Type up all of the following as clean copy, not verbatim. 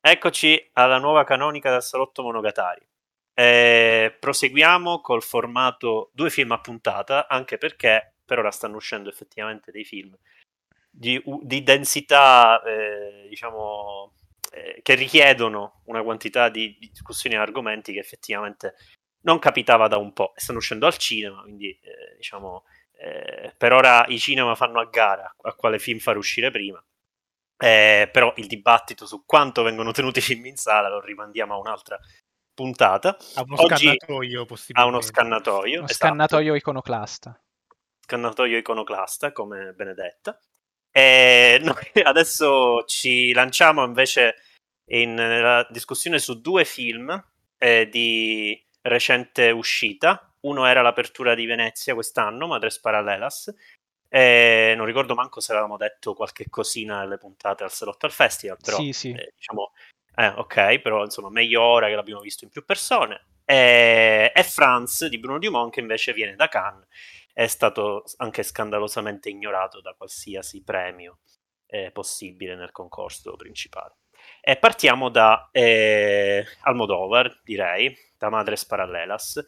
Eccoci alla nuova canonica del Salotto Monogatari. Proseguiamo col formato 2 film a puntata, anche perché per ora stanno uscendo effettivamente dei film di densità, diciamo, che richiedono una quantità di discussioni e argomenti che effettivamente non capitava da un po'. E stanno uscendo al cinema, quindi diciamo, per ora i cinema fanno a gara a quale film far uscire prima. Però il dibattito su quanto vengono tenuti i film in sala lo rimandiamo a un'altra puntata. A uno Oggi scannatoio, ha uno possibilmente. scannatoio, Uno esatto, scannatoio iconoclasta. scannatoio iconoclasta come Benedetta. E noi adesso ci lanciamo invece nella discussione su 2 film di recente uscita. Uno era l'apertura di Venezia quest'anno, Madres Paralelas. Non ricordo manco se avevamo detto qualche cosina nelle puntate al Salotto al Festival, però Sì, sì. diciamo, ok, però insomma meglio ora che l'abbiamo visto in più persone. E France di Bruno Dumont che invece viene da Cannes, è stato anche scandalosamente ignorato da qualsiasi premio possibile nel concorso principale. E partiamo da Almodovar, direi, da Madres Paralelas,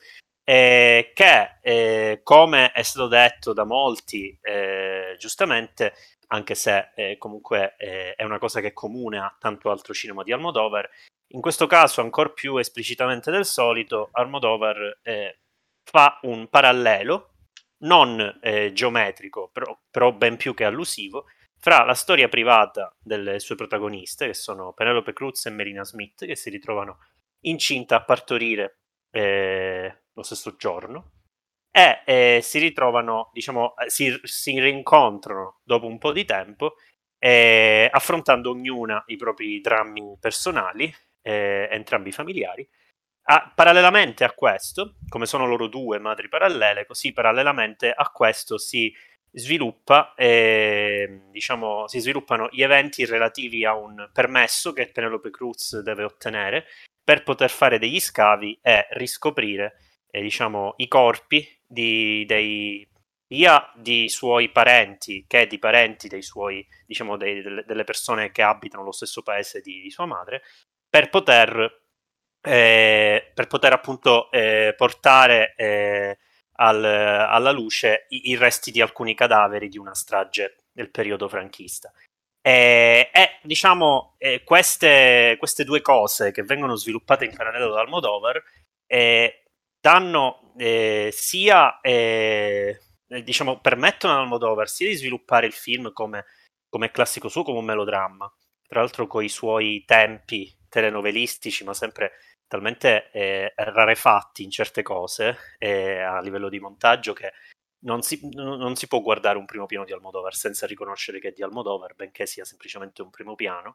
che come è stato detto da molti, giustamente, anche se comunque è una cosa che è comune a tanto altro cinema di Almodovar, in questo caso ancora più esplicitamente del solito, Almodovar fa un parallelo non geometrico, però ben più che allusivo, fra la storia privata delle sue protagoniste, che sono Penelope Cruz e Melina Smith, che si ritrovano incinta a partorire lo stesso giorno, e si ritrovano, diciamo, si rincontrano dopo un po' di tempo, affrontando ognuna i propri drammi personali, entrambi familiari. Parallelamente a questo, come sono loro due madri parallele, così parallelamente a questo diciamo, si sviluppano gli eventi relativi a un permesso che Penelope Cruz deve ottenere per poter fare degli scavi e riscoprire diciamo, i corpi sia di suoi parenti che di parenti dei suoi, diciamo, delle persone che abitano lo stesso paese di sua madre, per poter appunto portare alla luce i resti di alcuni cadaveri di una strage del periodo franchista. Diciamo, queste 2 cose che vengono sviluppate in parallelo da Almodovar danno sia, diciamo, permettono ad Almodovar sia di sviluppare il film come classico suo, come un melodramma, tra l'altro con i suoi tempi telenovelistici, ma sempre talmente rarefatti in certe cose a livello di montaggio che non si può guardare un primo piano di Almodovar senza riconoscere che è di Almodovar, benché sia semplicemente un primo piano,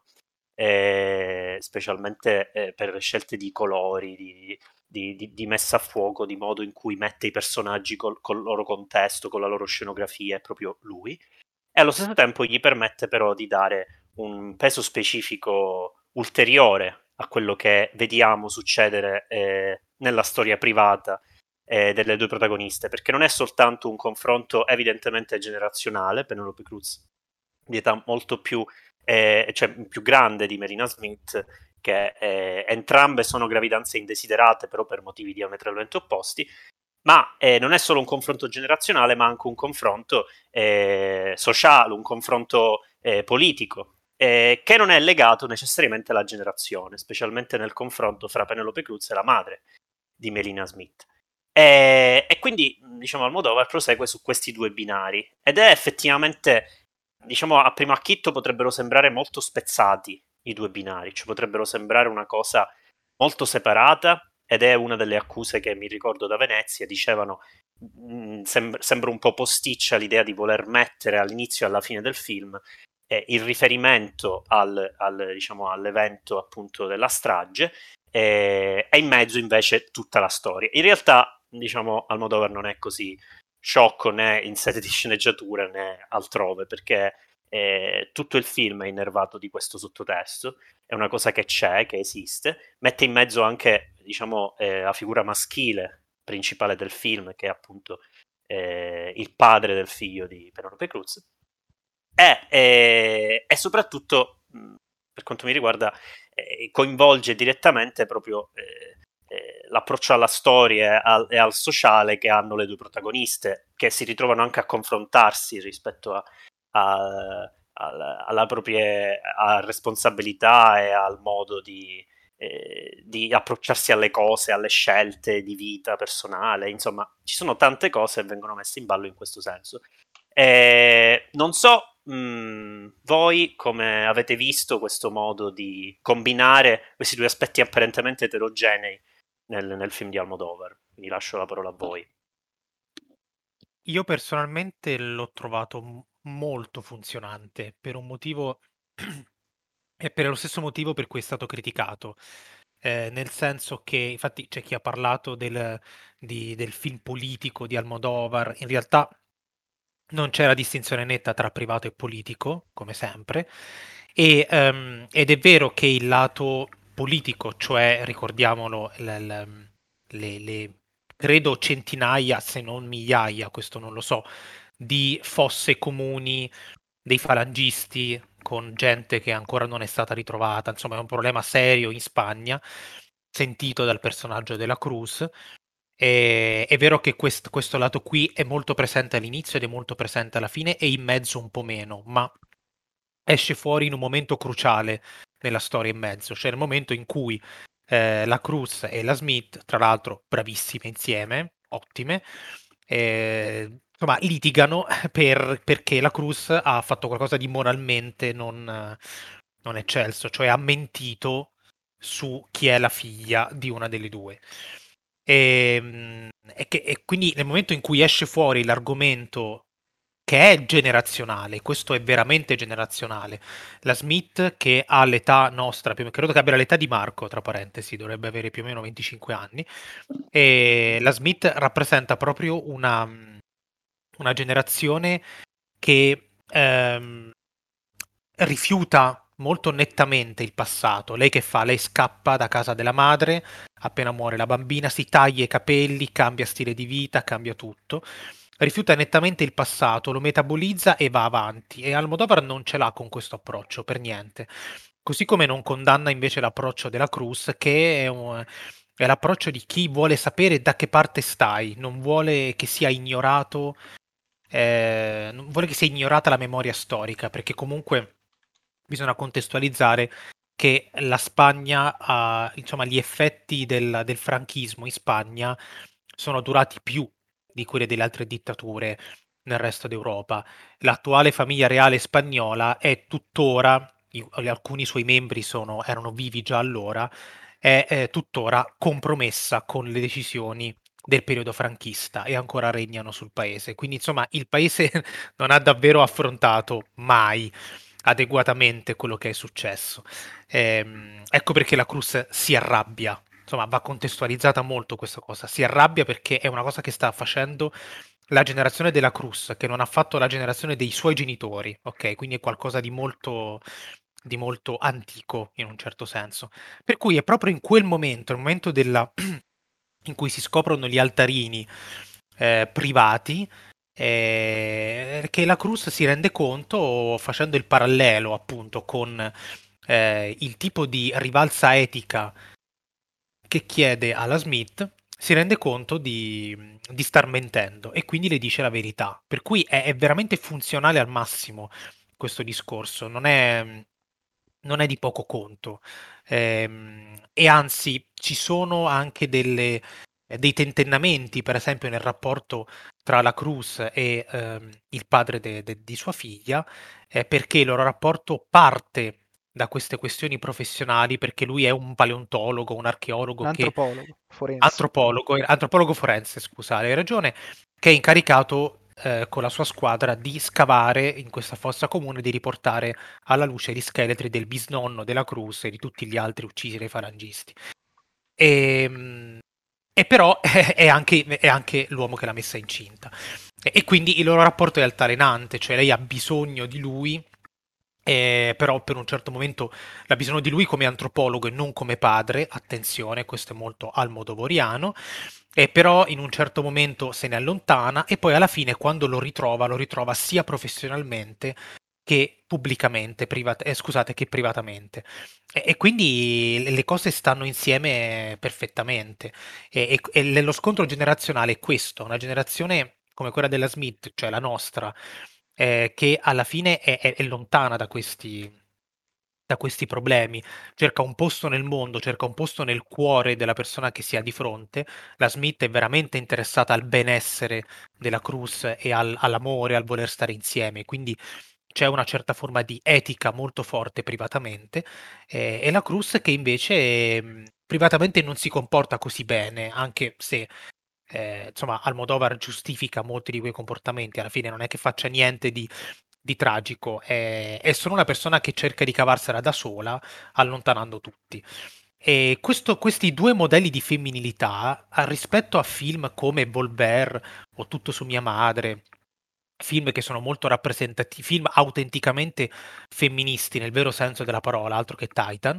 specialmente per le scelte di colori, di messa a fuoco, di modo in cui mette i personaggi col loro contesto, con la loro scenografia, è proprio lui. E allo stesso tempo gli permette però di dare un peso specifico ulteriore a quello che vediamo succedere nella storia privata delle 2 protagoniste, perché non è soltanto un confronto evidentemente generazionale. Penelope Cruz di età molto cioè più grande di Melina Smith, che entrambe sono gravidanze indesiderate, però per motivi diametralmente opposti, ma non è solo un confronto generazionale, ma anche un confronto sociale, un confronto politico, che non è legato necessariamente alla generazione, specialmente nel confronto fra Penelope Cruz e la madre di Melina Smith. E quindi, diciamo, Almodovar prosegue su questi 2 binari, ed è effettivamente, diciamo, a primo acchitto potrebbero sembrare molto spezzati i 2 binari, cioè potrebbero sembrare una cosa molto separata, ed è una delle accuse che mi ricordo da Venezia, dicevano sembra un po' posticcia l'idea di voler mettere all'inizio e alla fine del film il riferimento diciamo, all'evento appunto della strage, e in mezzo invece tutta la storia. In realtà, diciamo, Almodovar non è così sciocco né in sede di sceneggiatura né altrove, perché tutto il film è innervato di questo sottotesto, è una cosa che c'è, che esiste, mette in mezzo anche, diciamo, la figura maschile principale del film, che è appunto il padre del figlio di Penelope Cruz, e soprattutto, per quanto mi riguarda, coinvolge direttamente proprio l'approccio alla storia e al sociale che hanno le due protagoniste, che si ritrovano anche a confrontarsi rispetto alla propria responsabilità e al modo di approcciarsi alle cose, alle scelte di vita personale. Insomma, ci sono tante cose che vengono messe in ballo in questo senso. Non so voi come avete visto questo modo di combinare questi due aspetti apparentemente eterogenei nel film di Almodovar. Quindi lascio la parola a voi. Io personalmente l'ho trovato molto funzionante per un motivo e per lo stesso motivo per cui è stato criticato. Nel senso che, infatti, c'è chi ha parlato del film politico di Almodovar. In realtà non c'è la distinzione netta tra privato e politico, come sempre, ed è vero che il lato politico, cioè, ricordiamolo, le credo centinaia, se non migliaia, questo non lo so, di fosse comuni dei falangisti con gente che ancora non è stata ritrovata, insomma è un problema serio in Spagna, sentito dal personaggio della Cruz. È vero che questo lato qui è molto presente all'inizio ed è molto presente alla fine e in mezzo un po' meno, ma esce fuori in un momento cruciale nella storia in mezzo, cioè nel momento in cui la Cruz e la Smith, tra l'altro bravissime insieme, ottime, insomma litigano perché la Cruz ha fatto qualcosa di moralmente non eccelso, cioè ha mentito su chi è la figlia di una delle due. E quindi nel momento in cui esce fuori l'argomento che è generazionale, questo è veramente generazionale. La Smith che ha l'età nostra, credo che abbia l'età di Marco, tra parentesi, dovrebbe avere più o meno 25 anni, e la Smith rappresenta proprio una generazione che rifiuta molto nettamente il passato. Lei che fa? Lei scappa da casa della madre, appena muore la bambina, si taglia i capelli, cambia stile di vita, cambia tutto. Rifiuta nettamente il passato, lo metabolizza e va avanti. E Almodovar non ce l'ha con questo approccio, per niente. Così come non condanna invece l'approccio della Cruz, che è l'approccio di chi vuole sapere da che parte stai, non vuole che sia ignorato, non vuole che sia ignorata la memoria storica, perché comunque bisogna contestualizzare che la Spagna ha, insomma, gli effetti del franchismo in Spagna sono durati più di quelli delle altre dittature nel resto d'Europa. L'attuale famiglia reale spagnola è tuttora, alcuni suoi membri erano vivi già allora, è tuttora compromessa con le decisioni del periodo franchista e ancora regnano sul paese. Quindi, insomma, il paese non ha davvero affrontato mai adeguatamente quello che è successo. Ecco perché la Cruz si arrabbia. Insomma, va contestualizzata molto questa cosa. Si arrabbia perché è una cosa che sta facendo la generazione della Cruz, che non ha fatto la generazione dei suoi genitori, ok? Quindi è qualcosa di molto antico in un certo senso. Per cui è proprio in quel momento, il momento in cui si scoprono gli altarini privati, che la Cruz si rende conto, facendo il parallelo appunto con il tipo di rivalsa etica che chiede alla Smith, si rende conto di star mentendo e quindi le dice la verità. Per cui è veramente funzionale al massimo questo discorso, non è di poco conto. E anzi, ci sono anche dei tentennamenti, per esempio nel rapporto tra la Cruz e il padre di sua figlia, perché il loro rapporto parte da queste questioni professionali, perché lui è un paleontologo, un Un archeologo antropologo forense. antropologo forense, scusate, hai ragione, che è incaricato con la sua squadra di scavare in questa fossa comune e di riportare alla luce gli scheletri del bisnonno della Cruz e di tutti gli altri uccisi dai falangisti. E, e però è anche l'uomo che l'ha messa incinta. E quindi il loro rapporto è altalenante, cioè lei ha bisogno di lui, però per un certo momento ha bisogno di lui come antropologo e non come padre, attenzione, questo è molto almodovoriano, e però in un certo momento se ne allontana e poi alla fine quando lo ritrova sia professionalmente che pubblicamente, scusate, che privatamente. E quindi le cose stanno insieme perfettamente. Lo scontro generazionale è questo, una generazione come quella della Smith, cioè la nostra, che alla fine è lontana da questi problemi, cerca un posto nel mondo, cerca un posto nel cuore della persona che si ha di fronte. La Smith è veramente interessata al benessere della Cruz e all'amore, al voler stare insieme, quindi c'è una certa forma di etica molto forte privatamente, e la Cruz che invece privatamente non si comporta così bene, anche se insomma Almodovar giustifica molti di quei comportamenti, alla fine non è che faccia niente di tragico, è solo una persona che cerca di cavarsela da sola, allontanando tutti. E questi due modelli di femminilità, rispetto a film come Volver o Tutto su mia madre, film che sono molto rappresentativi, film autenticamente femministi nel vero senso della parola, altro che Titan.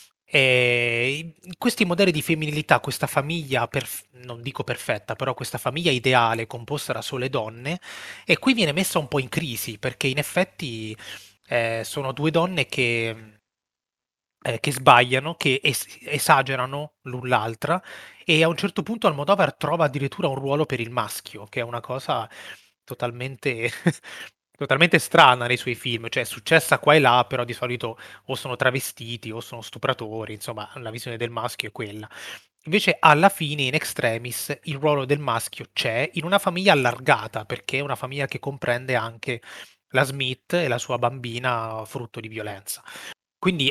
Questi modelli di femminilità, questa famiglia, non dico perfetta, però questa famiglia ideale composta da sole donne, e qui viene messa un po' in crisi, perché in effetti sono due donne che sbagliano, che esagerano l'un l'altra, e a un certo punto Almodovar trova addirittura un ruolo per il maschio, che è una cosa totalmente, totalmente strana nei suoi film, cioè è successa qua e là, però di solito o sono travestiti o sono stupratori, insomma la visione del maschio è quella. Invece alla fine, in extremis, il ruolo del maschio c'è in una famiglia allargata, perché è una famiglia che comprende anche la Smith e la sua bambina frutto di violenza. Quindi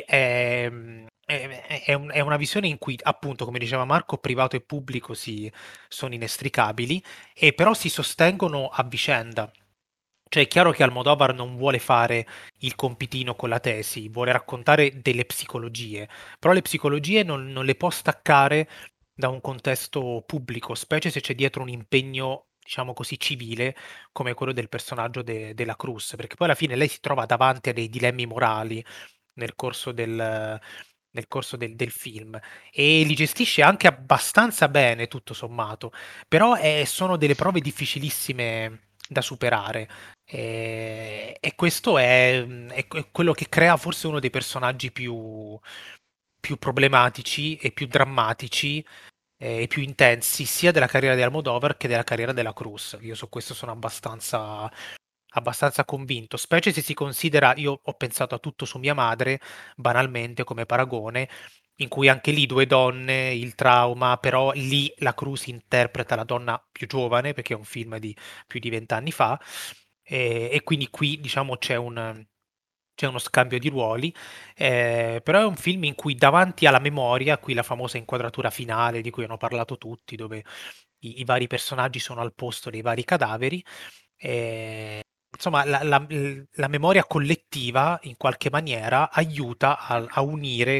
è una visione in cui, appunto, come diceva Marco, privato e pubblico sono inestricabili, e però si sostengono a vicenda. Cioè è chiaro che Almodovar non vuole fare il compitino con la tesi, vuole raccontare delle psicologie, però le psicologie non le può staccare da un contesto pubblico, specie se c'è dietro un impegno, diciamo così, civile come quello del personaggio della Cruz, perché poi alla fine lei si trova davanti a dei dilemmi morali nel corso del film, e li gestisce anche abbastanza bene, tutto sommato, però sono delle prove difficilissime da superare. E questo è quello che crea forse uno dei personaggi più problematici e più drammatici e più intensi sia della carriera di Almodovar che della carriera della Cruz. Io su questo sono abbastanza convinto, specie se si considera, io ho pensato a Tutto su mia madre, banalmente come paragone, in cui anche lì due donne, il trauma, però lì la Cruz interpreta la donna più giovane, perché è un film di più di 20 anni fa, e quindi qui diciamo c'è uno scambio di ruoli, però è un film in cui davanti alla memoria, qui la famosa inquadratura finale di cui hanno parlato tutti, dove i vari personaggi sono al posto dei vari cadaveri, insomma la memoria collettiva in qualche maniera aiuta a unire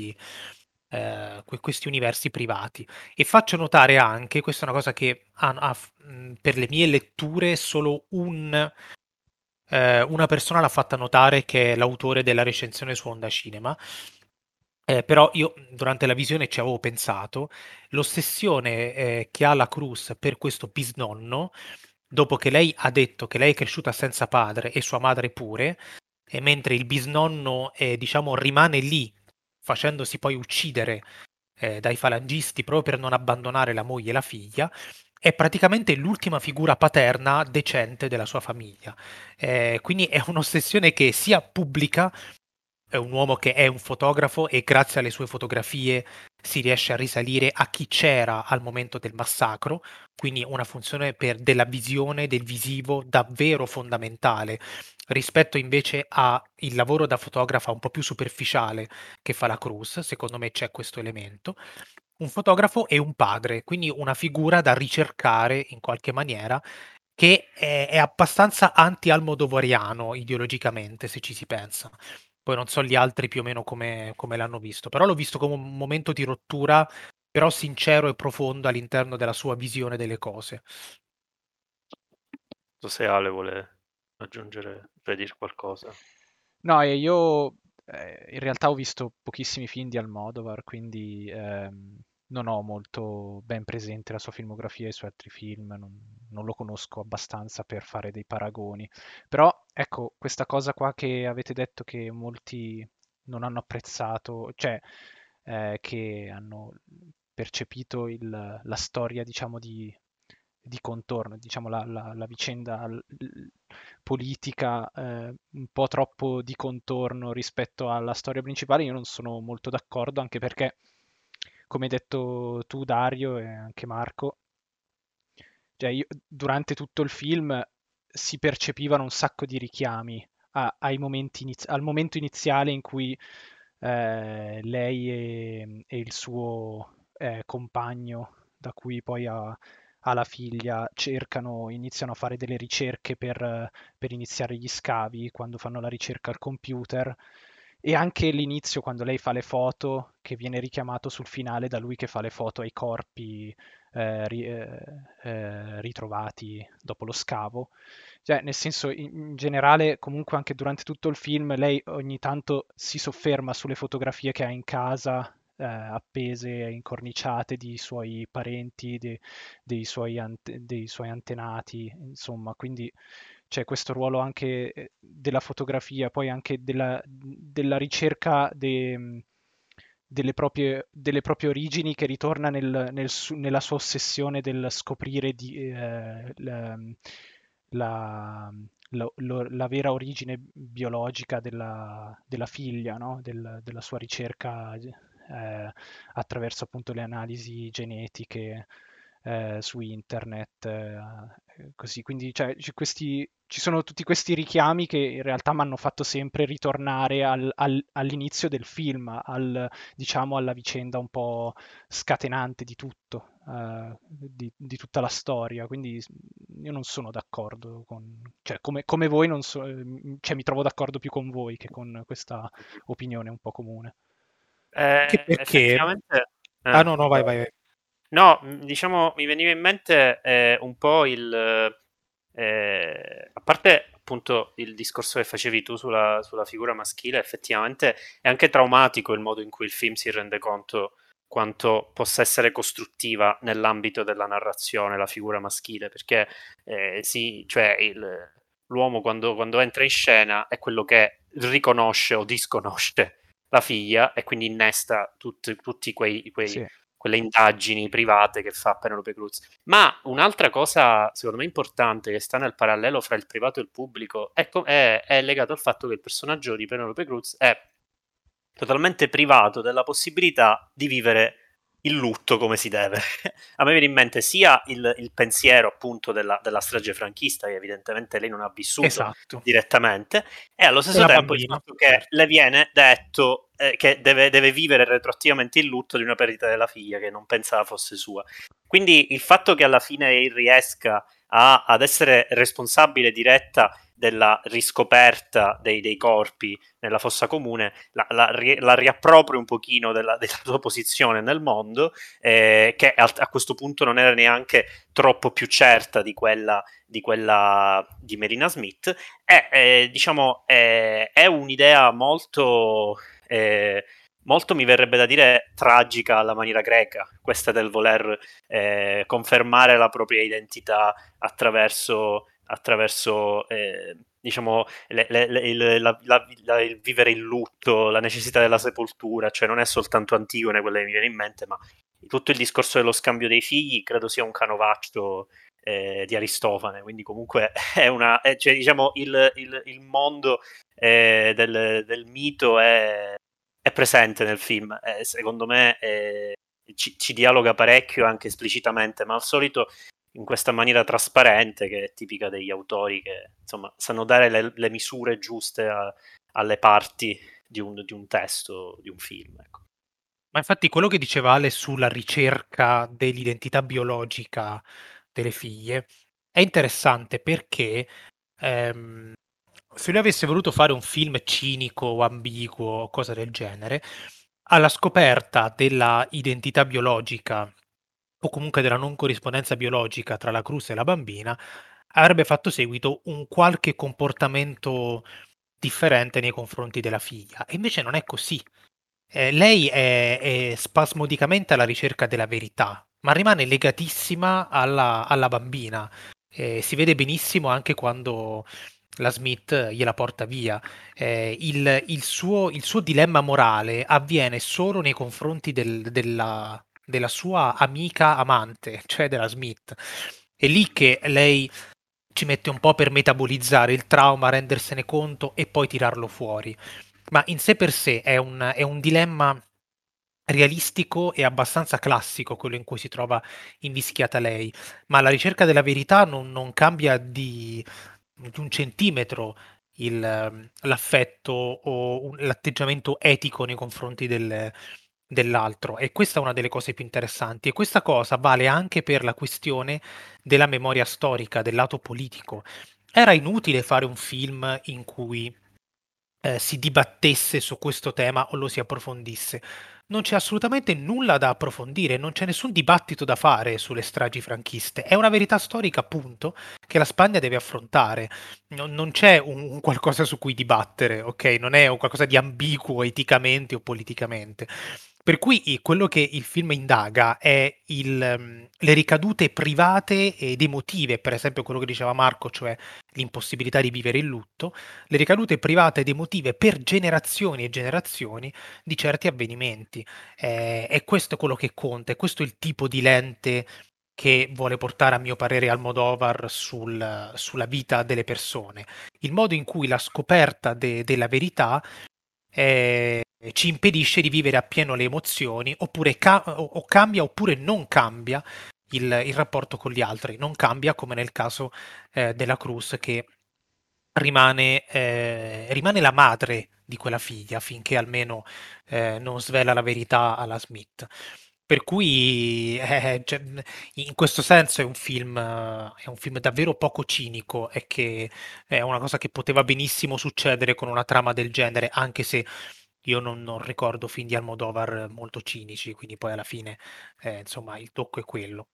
questi universi privati. E faccio notare anche, questa è una cosa che per le mie letture solo una persona l'ha fatta notare, che è l'autore della recensione su Onda Cinema. Però io durante la visione ci avevo pensato, l'ossessione che ha la Cruz per questo bisnonno, dopo che lei ha detto che lei è cresciuta senza padre e sua madre pure, e mentre il bisnonno diciamo rimane lì facendosi poi uccidere dai falangisti proprio per non abbandonare la moglie e la figlia, è praticamente l'ultima figura paterna decente della sua famiglia. Quindi è un'ossessione che sia pubblica, è un uomo che è un fotografo e grazie alle sue fotografie si riesce a risalire a chi c'era al momento del massacro, quindi una funzione della visione, del visivo davvero fondamentale, rispetto invece a il lavoro da fotografa un po' più superficiale che fa la Cruz, secondo me c'è questo elemento. Un fotografo e un padre, quindi una figura da ricercare in qualche maniera, che è abbastanza anti-almodovariano ideologicamente, se ci si pensa. Poi non so gli altri più o meno come l'hanno visto, però l'ho visto come un momento di rottura, però sincero e profondo all'interno della sua visione delle cose. Non so se Ale vuole aggiungere, per dire qualcosa. No, e io in realtà ho visto pochissimi film di Almodovar, quindi non ho molto ben presente la sua filmografia e i suoi altri film, non lo conosco abbastanza per fare dei paragoni. Però ecco, questa cosa qua che avete detto che molti non hanno apprezzato, cioè che hanno percepito la storia, diciamo, di contorno, diciamo, la vicenda politica un po' troppo di contorno rispetto alla storia principale, io non sono molto d'accordo, anche perché, come hai detto tu, Dario, e anche Marco, cioè durante tutto il film si percepivano un sacco di richiami al momento iniziale in cui lei e il suo compagno, da cui poi ha la figlia, iniziano a fare delle ricerche per iniziare gli scavi, quando fanno la ricerca al computer. E anche l'inizio, quando lei fa le foto, che viene richiamato sul finale da lui che fa le foto ai corpi ritrovati dopo lo scavo. Cioè, nel senso, in generale, comunque anche durante tutto il film, lei ogni tanto si sofferma sulle fotografie che ha in casa, appese, incorniciate di suoi parenti, dei suoi antenati, insomma, quindi c'è questo ruolo anche della fotografia, poi anche della ricerca delle proprie origini, che ritorna nella sua ossessione del scoprire la, la vera origine biologica della figlia, no? Della sua ricerca attraverso appunto le analisi genetiche su internet, così. Quindi cioè, ci sono tutti questi richiami che in realtà mi hanno fatto sempre ritornare all'inizio del film, diciamo alla vicenda un po' scatenante di tutto, di tutta la storia. Quindi io non sono d'accordo cioè, come voi, non so, cioè, mi trovo d'accordo più con voi che con questa opinione un po' comune. Anche perché... Effettivamente... Ah no, no, vai, vai, vai. No, diciamo, mi veniva in mente un po' a parte appunto il discorso che facevi tu sulla figura maschile, effettivamente è anche traumatico il modo in cui il film si rende conto quanto possa essere costruttiva nell'ambito della narrazione la figura maschile, perché sì, cioè l'uomo quando entra in scena è quello che riconosce o disconosce la figlia e quindi innesta tutti Sì. quelle indagini private che fa Penelope Cruz. Ma un'altra cosa, secondo me, importante che sta nel parallelo fra il privato e il pubblico è legato al fatto che il personaggio di Penelope Cruz è totalmente privato della possibilità di vivere il lutto come si deve. A me viene in mente sia il pensiero appunto della strage franchista, che evidentemente lei non ha vissuto Esatto. direttamente, e allo stesso la tempo bambina, il fatto che certo. le viene detto che deve vivere retroattivamente il lutto di una perdita della figlia che non pensava fosse sua. Quindi il fatto che alla fine riesca ad essere responsabile diretta della riscoperta dei corpi nella fossa comune la riappropria un pochino della sua posizione nel mondo, che a questo punto non era neanche troppo più certa di quella di Marina Smith. Diciamo, è un'idea molto molto, mi verrebbe da dire, tragica alla maniera greca, questa del voler confermare la propria identità attraverso diciamo, il vivere il lutto, la necessità della sepoltura, cioè non è soltanto Antigone quella che mi viene in mente, ma tutto il discorso dello scambio dei figli credo sia un canovaccio di Aristofane, quindi comunque cioè, diciamo, il mondo del mito è presente nel film, secondo me ci dialoga parecchio anche esplicitamente, ma al solito in questa maniera trasparente che è tipica degli autori che insomma sanno dare le misure giuste alle parti di un testo, di un film. Ecco. Ma infatti quello che diceva Ale sulla ricerca dell'identità biologica delle figlie è interessante perché se lui avesse voluto fare un film cinico o ambiguo o cosa del genere, alla scoperta della identità biologica o comunque della non corrispondenza biologica tra la Cruz e la bambina, avrebbe fatto seguito un qualche comportamento differente nei confronti della figlia. E invece non è così. Lei è spasmodicamente alla ricerca della verità, ma rimane legatissima alla bambina. Si vede benissimo anche quando la Smith gliela porta via. Il suo dilemma morale avviene solo nei confronti della sua amica amante, cioè della Smith. È lì che lei ci mette un po' per metabolizzare il trauma, rendersene conto e poi tirarlo fuori. Ma in sé per sé è un dilemma realistico e abbastanza classico quello in cui si trova invischiata lei, ma la ricerca della verità non cambia di un centimetro l'affetto o l'atteggiamento etico nei confronti dell'altro, e questa è una delle cose più interessanti, e questa cosa vale anche per la questione della memoria storica, del lato politico. Era inutile fare un film in cui si dibattesse su questo tema o lo si approfondisse. Non c'è assolutamente nulla da approfondire, non c'è nessun dibattito da fare sulle stragi franchiste. È una verità storica, appunto, che la Spagna deve affrontare. Non c'è un qualcosa su cui dibattere, ok? Non è un qualcosa di ambiguo eticamente o politicamente. Per cui quello che il film indaga è le ricadute private ed emotive, per esempio quello che diceva Marco, cioè l'impossibilità di vivere il lutto, le ricadute private ed emotive per generazioni e generazioni di certi avvenimenti. E questo è quello che conta, e questo è il tipo di lente che vuole portare, a mio parere, Almodovar sulla vita delle persone. Il modo in cui la scoperta della verità ci impedisce di vivere appieno le emozioni, oppure o cambia oppure non cambia il rapporto con gli altri. Non cambia, come nel caso della Cruz, che rimane la madre di quella figlia finché almeno non svela la verità alla Smith. Per cui cioè, in questo senso è un film davvero poco cinico, e che è una cosa che poteva benissimo succedere con una trama del genere, anche se io non ricordo film di Almodovar molto cinici, quindi poi alla fine insomma il tocco è quello.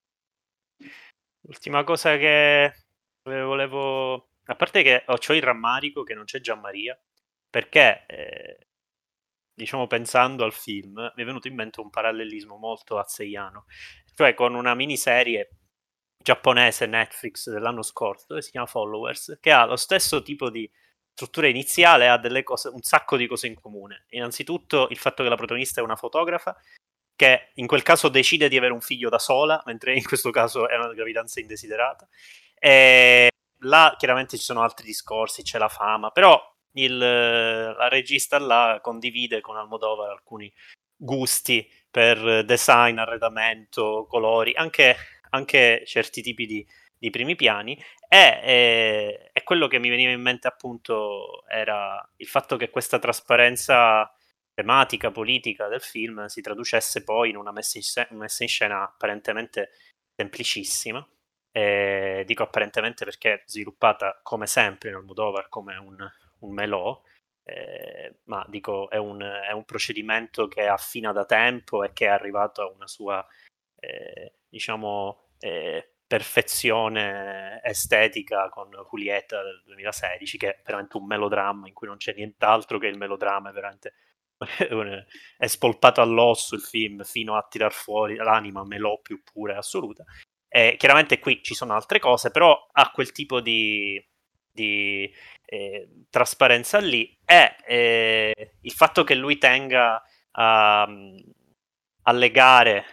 L'ultima cosa che volevo... A parte che c'ho il rammarico che non c'è Gianmaria, perché, diciamo, pensando al film, mi è venuto in mente un parallelismo molto hazzeiano, cioè con una miniserie giapponese Netflix dell'anno scorso, che si chiama Followers, che ha lo stesso tipo di struttura iniziale, ha delle cose, un sacco di cose in comune. Innanzitutto il fatto che la protagonista è una fotografa, che in quel caso decide di avere un figlio da sola, mentre in questo caso è una gravidanza indesiderata. E là chiaramente ci sono altri discorsi, c'è la fama, però la regista là condivide con Almodovar alcuni gusti per design, arredamento, colori, anche certi tipi di primi piani, e quello che mi veniva in mente appunto era il fatto che questa trasparenza tematica, politica del film si traducesse poi in una messa in scena apparentemente semplicissima. Dico apparentemente perché sviluppata come sempre in Almodovar come un melò, ma dico è un procedimento che affina da tempo e che è arrivato a una sua diciamo perfezione estetica con Julieta del 2016, che è veramente un melodramma in cui non c'è nient'altro che il melodramma, è veramente è spolpato all'osso il film fino a tirar fuori l'anima melò più pura e assoluta. Chiaramente qui ci sono altre cose, però ha quel tipo di trasparenza lì, e il fatto che lui tenga a legare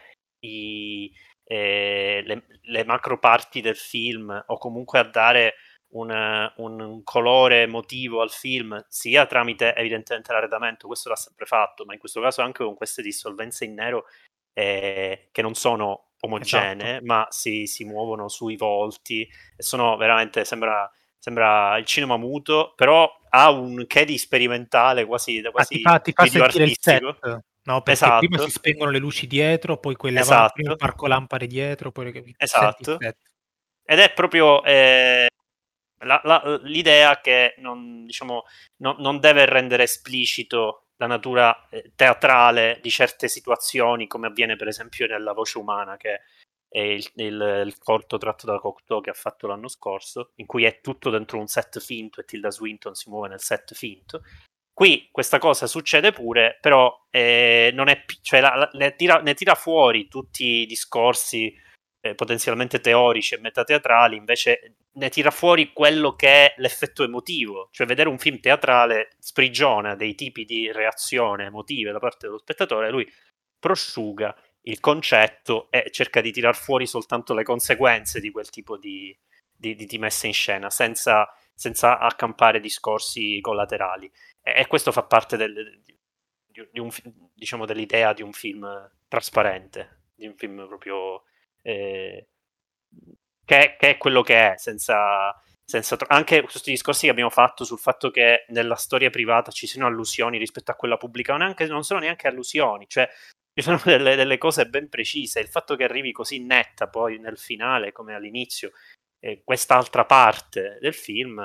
le macro parti del film, o comunque a dare un colore emotivo al film, sia tramite evidentemente l'arredamento, questo l'ha sempre fatto, ma in questo caso anche con queste dissolvenze in nero che non sono omogenee, Esatto. ma si muovono sui volti, e sono veramente, sembra il cinema muto, però ha un che di sperimentale, quasi Ti fa video sentire il set, artistico. no? Perché prima si Esatto, spengono le luci dietro, poi quelle avanti, prima il esatto, parco lampade dietro, poi senti il esatto. set. Ed è proprio l'idea che diciamo, non deve rendere esplicito la natura teatrale di certe situazioni, come avviene per esempio nella Voce Umana, che è il corto tratto da Cocteau che ha fatto l'anno scorso, in cui è tutto dentro un set finto e Tilda Swinton si muove nel set finto. Qui questa cosa succede pure, però non è, cioè ne tira fuori tutti i discorsi potenzialmente teorici e metateatrali, invece ne tira fuori quello che è l'effetto emotivo, cioè vedere un film teatrale sprigiona dei tipi di reazione emotive da parte dello spettatore, lui prosciuga il concetto e cerca di tirar fuori soltanto le conseguenze di quel tipo di messa in scena, senza accampare discorsi collaterali. E questo fa parte diciamo, dell'idea di un film trasparente, di un film proprio che è quello che è, anche questi discorsi che abbiamo fatto sul fatto che nella storia privata ci siano allusioni rispetto a quella pubblica, non sono neanche allusioni, cioè ci sono delle cose ben precise. Il fatto che arrivi così netta poi nel finale come all'inizio, quest'altra parte del film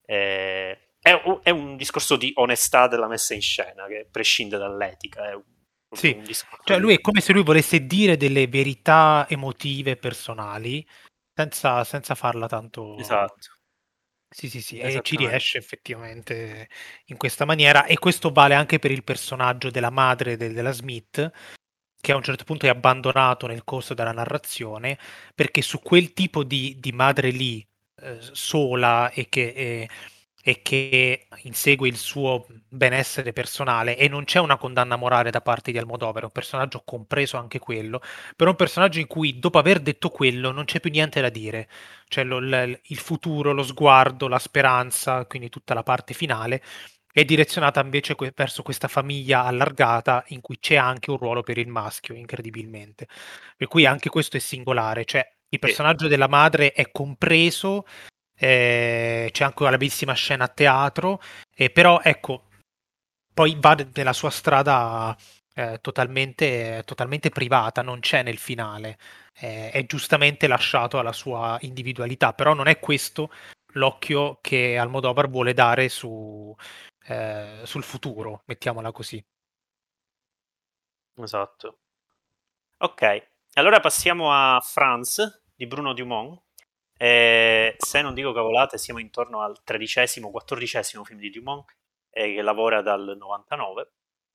è un discorso di onestà della messa in scena che prescinde dall'etica. È proprio Sì, un discorso cioè di... lui è come se lui volesse dire delle verità emotive personali senza farla tanto... Esatto, Sì, sì, sì, e ci esattamente. riesce effettivamente in questa maniera, e questo vale anche per il personaggio della madre della Smith, che a un certo punto è abbandonato nel corso della narrazione, perché su quel tipo di madre lì, sola e che insegue il suo benessere personale, e non c'è una condanna morale da parte di Almodovar, è un personaggio compreso anche quello, però un personaggio in cui dopo aver detto quello non c'è più niente da dire, cioè il futuro, lo sguardo, la speranza, quindi tutta la parte finale è direzionata invece verso questa famiglia allargata in cui c'è anche un ruolo per il maschio, incredibilmente. Per cui anche questo è singolare, cioè il Sì, personaggio della madre è compreso, c'è anche una bellissima scena a teatro, però ecco, poi va nella sua strada totalmente privata, non c'è nel finale, è giustamente lasciato alla sua individualità, però non è questo l'occhio che Almodovar vuole dare sul futuro, mettiamola così. esatto. Ok, allora passiamo a France di Bruno Dumont. Se non dico cavolate, siamo intorno al 13° 14° film di Dumont, che lavora dal 99.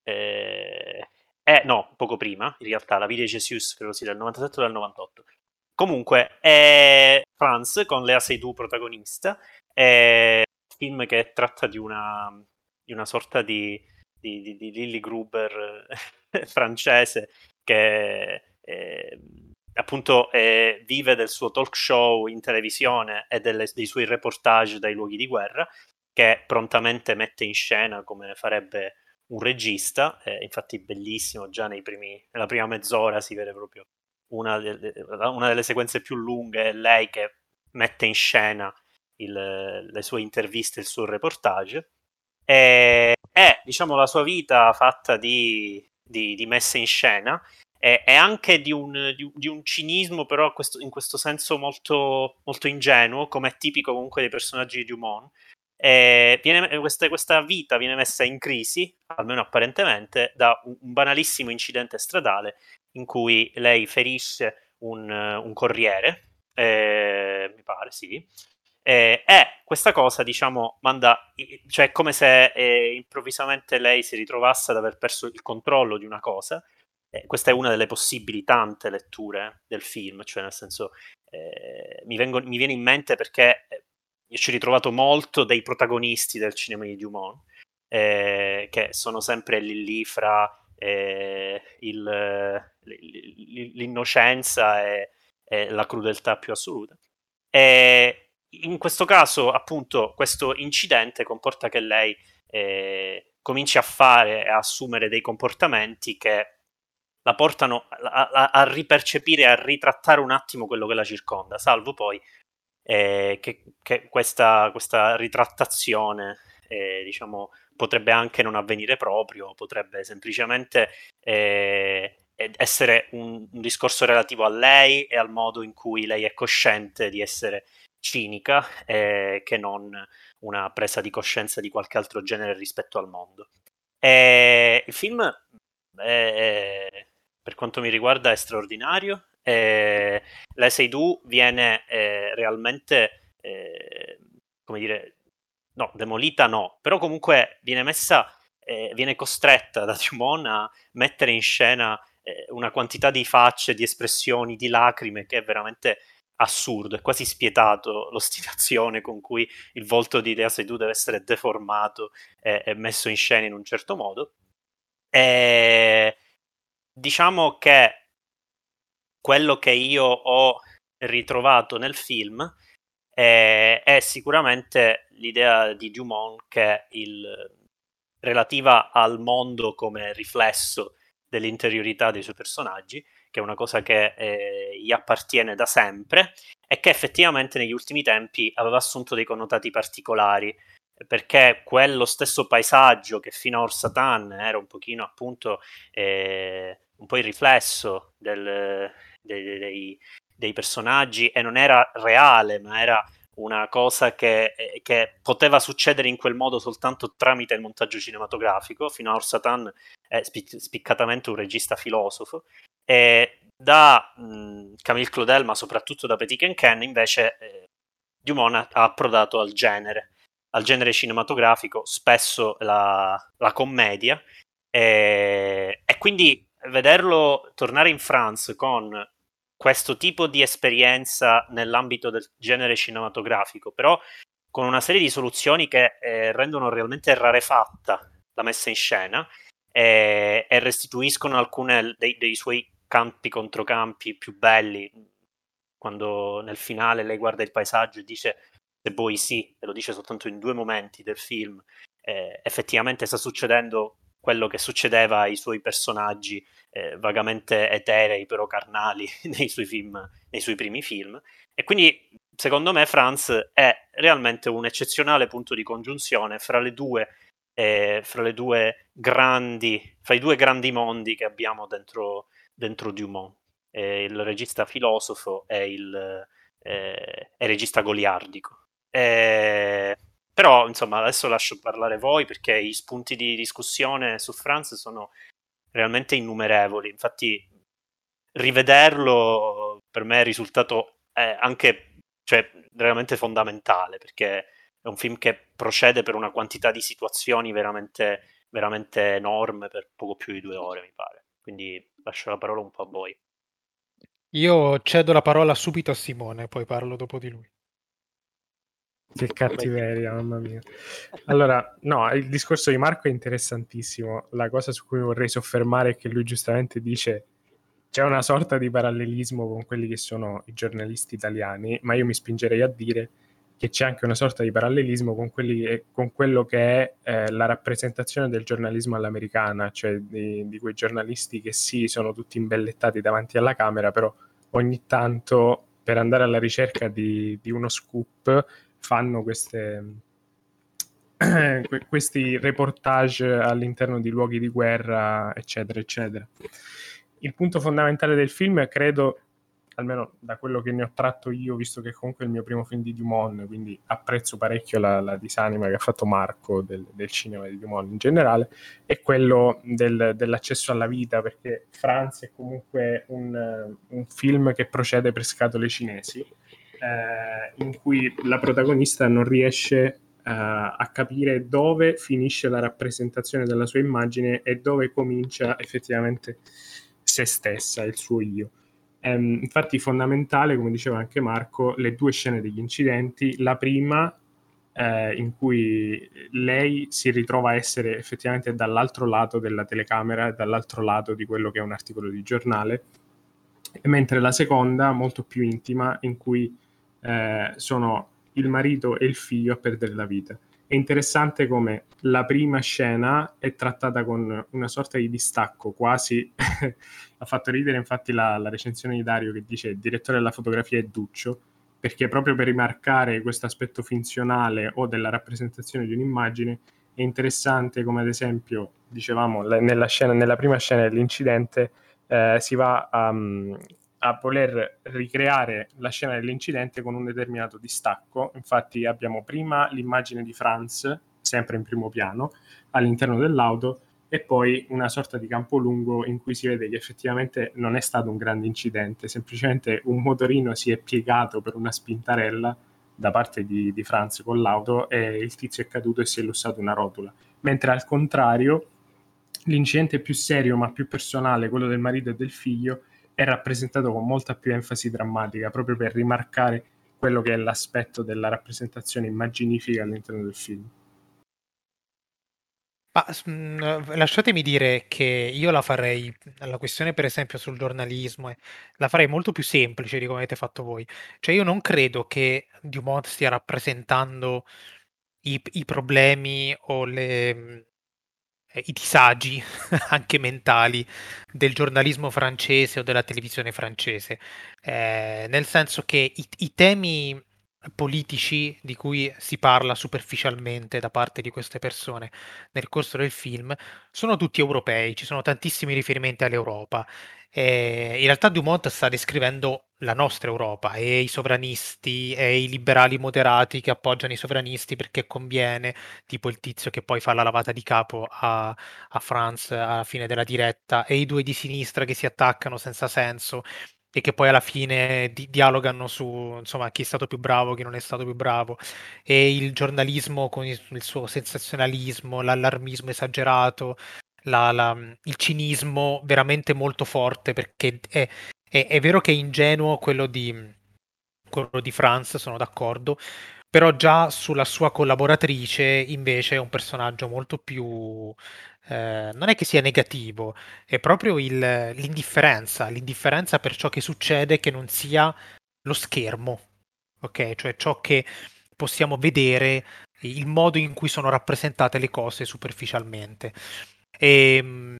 No, poco prima, in realtà, La Vie de Jésus, credo sia del 97 o del 98. Comunque, è France con Lea Seydoux protagonista, è un film che tratta di una sorta di Lily Gruber francese che appunto vive del suo talk show in televisione e dei suoi reportage dai luoghi di guerra, che prontamente mette in scena come farebbe un regista. Infatti bellissimo, già nella prima mezz'ora si vede proprio una delle sequenze più lunghe, è lei che mette in scena le sue interviste, il suo reportage. È diciamo la sua vita fatta di messe in scena e anche di un cinismo, però in questo senso molto, molto ingenuo, come è tipico comunque dei personaggi di Dumont. Questa vita viene messa in crisi, almeno apparentemente, da un banalissimo incidente stradale in cui lei ferisce un corriere, mi pare, sì. Questa cosa, diciamo, cioè è come se improvvisamente lei si ritrovasse ad aver perso il controllo di una cosa. Questa è una delle possibili tante letture del film, cioè nel senso mi viene in mente perché io ci ho ritrovato molto dei protagonisti del cinema di Dumont, che sono sempre lì fra l'innocenza e la crudeltà più assoluta. In questo caso, appunto, questo incidente comporta che lei cominci a fare e a assumere dei comportamenti che la portano a ripercepire, a ritrattare un attimo quello che la circonda, salvo poi che questa ritrattazione, diciamo, potrebbe anche non avvenire proprio, potrebbe semplicemente essere un discorso relativo a lei e al modo in cui lei è cosciente di essere cinica, che non una presa di coscienza di qualche altro genere rispetto al mondo. Il film, per quanto mi riguarda, è straordinario. La Seydoux viene realmente, come dire, no, demolita no, però comunque viene costretta da Dumont a mettere in scena una quantità di facce, di espressioni, di lacrime che è veramente assurdo, è quasi spietato l'ostinazione con cui il volto di Léa Seydoux deve essere deformato e messo in scena in un certo modo. E diciamo che quello che io ho ritrovato nel film è sicuramente l'idea di Dumont che relativa al mondo come riflesso dell'interiorità dei suoi personaggi, che è una cosa che gli appartiene da sempre e che effettivamente negli ultimi tempi aveva assunto dei connotati particolari, perché quello stesso paesaggio che fino a Orsatan era un pochino appunto un po' il riflesso dei personaggi e non era reale, ma era una cosa che poteva succedere in quel modo soltanto tramite il montaggio cinematografico. Fino a Orsatan è spiccatamente un regista filosofo, e da Camille Claudel, ma soprattutto da Petit Quentin, invece Dumont ha approdato al genere cinematografico, spesso la commedia, e quindi vederlo tornare in France con questo tipo di esperienza nell'ambito del genere cinematografico, però con una serie di soluzioni che rendono realmente rarefatta la messa in scena e restituiscono alcune dei suoi campi controcampi più belli, quando nel finale lei guarda il paesaggio e dice "se vuoi sì", e lo dice soltanto in 2 momenti del film. Effettivamente sta succedendo quello che succedeva ai suoi personaggi vagamente eterei però carnali nei suoi primi film, e quindi secondo me Franz è realmente un eccezionale punto di congiunzione fra i due grandi mondi che abbiamo dentro Dumont, il regista filosofo e il regista goliardico. Però insomma adesso lascio parlare voi, perché i spunti di discussione su Franz sono realmente innumerevoli. Infatti rivederlo per me è risultato anche, cioè, veramente fondamentale, perché è un film che procede per una quantità di situazioni veramente, veramente enorme per poco più di 2 ore, mi pare. Quindi lascio la parola un po' a voi. Io cedo la parola subito a Simone, poi parlo dopo di lui. Che cattiveria, mamma mia. Allora, no, il discorso di Marco è interessantissimo. La cosa su cui vorrei soffermare è che lui giustamente dice c'è una sorta di parallelismo con quelli che sono i giornalisti italiani, ma io mi spingerei a dire che c'è anche una sorta di parallelismo con quello che è la rappresentazione del giornalismo all'americana, cioè di quei giornalisti che sì, sono tutti imbellettati davanti alla camera, però ogni tanto per andare alla ricerca di uno scoop fanno questi reportage all'interno di luoghi di guerra, eccetera, eccetera. Il punto fondamentale del film, credo, almeno da quello che ne ho tratto io, visto che comunque è il mio primo film di Dumont, quindi apprezzo parecchio la disanima che ha fatto Marco del cinema di Dumont in generale, è quello dell'accesso alla vita, perché Franz è comunque un film che procede per scatole cinesi, in cui la protagonista non riesce a capire dove finisce la rappresentazione della sua immagine e dove comincia effettivamente se stessa, il suo io. Infatti fondamentale, come diceva anche Marco, le 2 scene degli incidenti. La prima in cui lei si ritrova a essere effettivamente dall'altro lato della telecamera, dall'altro lato di quello che è un articolo di giornale, mentre la seconda, molto più intima, in cui sono il marito e il figlio a perdere la vita. È interessante come la prima scena è trattata con una sorta di distacco, quasi ha fatto ridere infatti la recensione di Dario che dice il direttore della fotografia è Duccio, perché proprio per rimarcare questo aspetto finzionale o della rappresentazione di un'immagine è interessante come ad esempio, dicevamo, nella prima scena dell'incidente si va a voler ricreare la scena dell'incidente con un determinato distacco. Infatti abbiamo prima l'immagine di Franz, sempre in primo piano, all'interno dell'auto, e poi una sorta di campo lungo in cui si vede che effettivamente non è stato un grande incidente, semplicemente un motorino si è piegato per una spintarella da parte di Franz con l'auto e il tizio è caduto e si è lussato una rotola. Mentre al contrario l'incidente più serio ma più personale, quello del marito e del figlio, è rappresentato con molta più enfasi drammatica, proprio per rimarcare quello che è l'aspetto della rappresentazione immaginifica all'interno del film. Ma lasciatemi dire che io la farei, la questione per esempio sul giornalismo, la farei molto più semplice di come avete fatto voi. Cioè io non credo che Dumont stia rappresentando i problemi o i disagi anche mentali del giornalismo francese o della televisione francese, nel senso che i temi politici di cui si parla superficialmente da parte di queste persone nel corso del film sono tutti europei, ci sono tantissimi riferimenti all'Europa. In realtà Dumont sta descrivendo la nostra Europa e i sovranisti e i liberali moderati che appoggiano i sovranisti perché conviene, tipo il tizio che poi fa la lavata di capo a Franz alla fine della diretta, e i due di sinistra che si attaccano senza senso e che poi alla fine dialogano su insomma chi è stato più bravo, chi non è stato più bravo, e il giornalismo con il suo sensazionalismo, l'allarmismo esagerato, il cinismo veramente molto forte, perché è vero che è ingenuo quello di Franz, sono d'accordo, però già sulla sua collaboratrice invece è un personaggio molto più... non è che sia negativo, è proprio l'indifferenza per ciò che succede che non sia lo schermo, ok? Cioè ciò che possiamo vedere, il modo in cui sono rappresentate le cose superficialmente. E,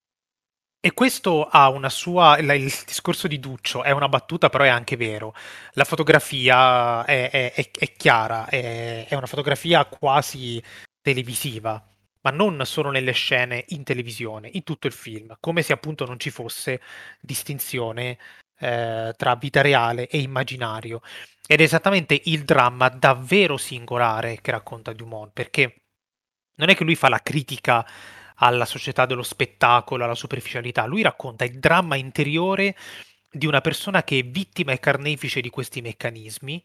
e questo ha una sua... il discorso di Duccio è una battuta, però è anche vero. La fotografia è chiara, è una fotografia quasi televisiva, ma non solo nelle scene in televisione, in tutto il film, come se appunto non ci fosse distinzione tra vita reale e immaginario. Ed è esattamente il dramma davvero singolare che racconta Dumont, perché non è che lui fa la critica alla società dello spettacolo, alla superficialità, lui racconta il dramma interiore di una persona che è vittima e carnefice di questi meccanismi,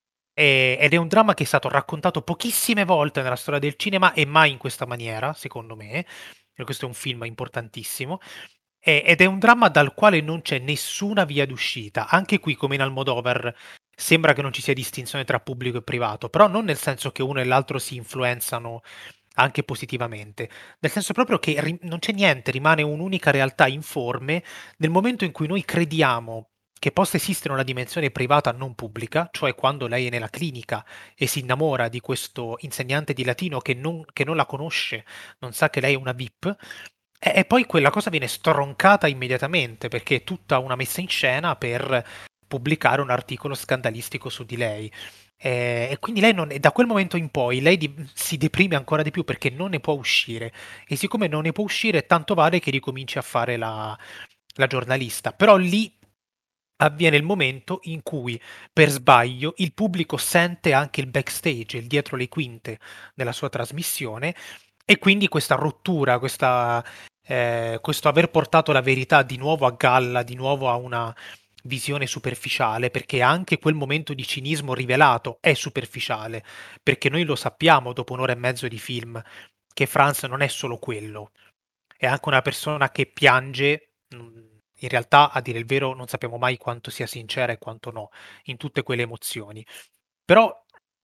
ed è un dramma che è stato raccontato pochissime volte nella storia del cinema e mai in questa maniera, secondo me. E questo è un film importantissimo. Ed è un dramma dal quale non c'è nessuna via d'uscita. Anche qui, come in Almodovar, sembra che non ci sia distinzione tra pubblico e privato, però non nel senso che uno e l'altro si influenzano anche positivamente, nel senso proprio che non c'è niente, rimane un'unica realtà informe nel momento in cui noi crediamo che possa esistere una dimensione privata non pubblica, cioè quando lei è nella clinica e si innamora di questo insegnante di latino che non la conosce, non sa che lei è una VIP, e poi quella cosa viene stroncata immediatamente perché è tutta una messa in scena per pubblicare un articolo scandalistico su di lei. E quindi lei non, e da quel momento in poi lei si deprime ancora di più perché non ne può uscire. E siccome non ne può uscire, tanto vale che ricominci a fare la giornalista. Però lì avviene il momento in cui, per sbaglio, il pubblico sente anche il backstage, il dietro le quinte della sua trasmissione, e quindi questa rottura, questo aver portato la verità di nuovo a galla, di nuovo a una visione superficiale, perché anche quel momento di cinismo rivelato è superficiale, perché noi lo sappiamo dopo un'ora e mezzo di film, che Franz non è solo quello, è anche una persona che piange. In realtà, a dire il vero, non sappiamo mai quanto sia sincera e quanto no, in tutte quelle emozioni. Però,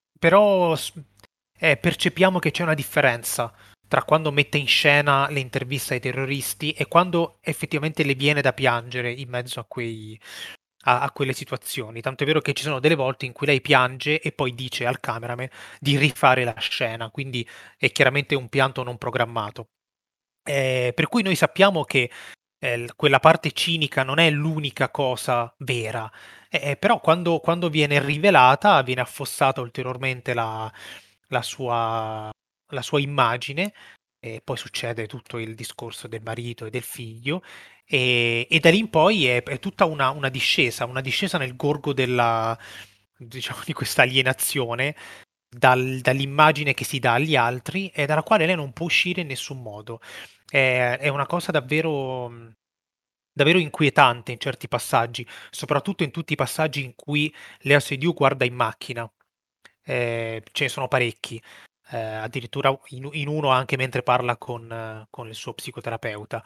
però percepiamo che c'è una differenza tra quando mette in scena le interviste ai terroristi e quando effettivamente le viene da piangere in mezzo a quelle situazioni. Tanto è vero che ci sono delle volte in cui lei piange e poi dice al cameraman di rifare la scena, quindi è chiaramente un pianto non programmato. Per cui noi sappiamo che quella parte cinica non è l'unica cosa vera, però quando viene rivelata, viene affossata ulteriormente la sua, la sua immagine, e poi succede tutto il discorso del marito e del figlio, e da lì in poi è tutta una discesa nel gorgo diciamo, di questa alienazione dall'immagine che si dà agli altri e dalla quale lei non può uscire in nessun modo. È una cosa davvero inquietante in certi passaggi, soprattutto in tutti i passaggi in cui Lea Seydoux guarda in macchina. Ce ne sono parecchi. addirittura in uno anche mentre parla con il suo psicoterapeuta,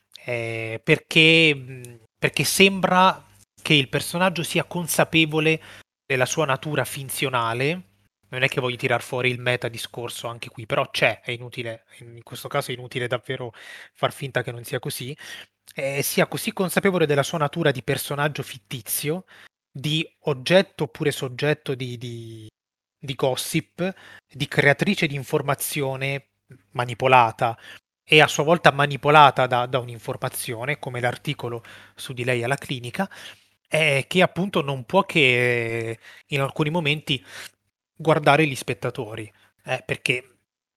perché sembra che il personaggio sia consapevole della sua natura finzionale. Non è che voglio tirar fuori il meta discorso anche qui, però è inutile, in questo caso è inutile davvero far finta che non sia così, sia così consapevole della sua natura di personaggio fittizio, di oggetto oppure soggetto di gossip, di creatrice di informazione manipolata e a sua volta manipolata da un'informazione, come l'articolo su di lei alla clinica, che appunto non può che in alcuni momenti guardare gli spettatori, perché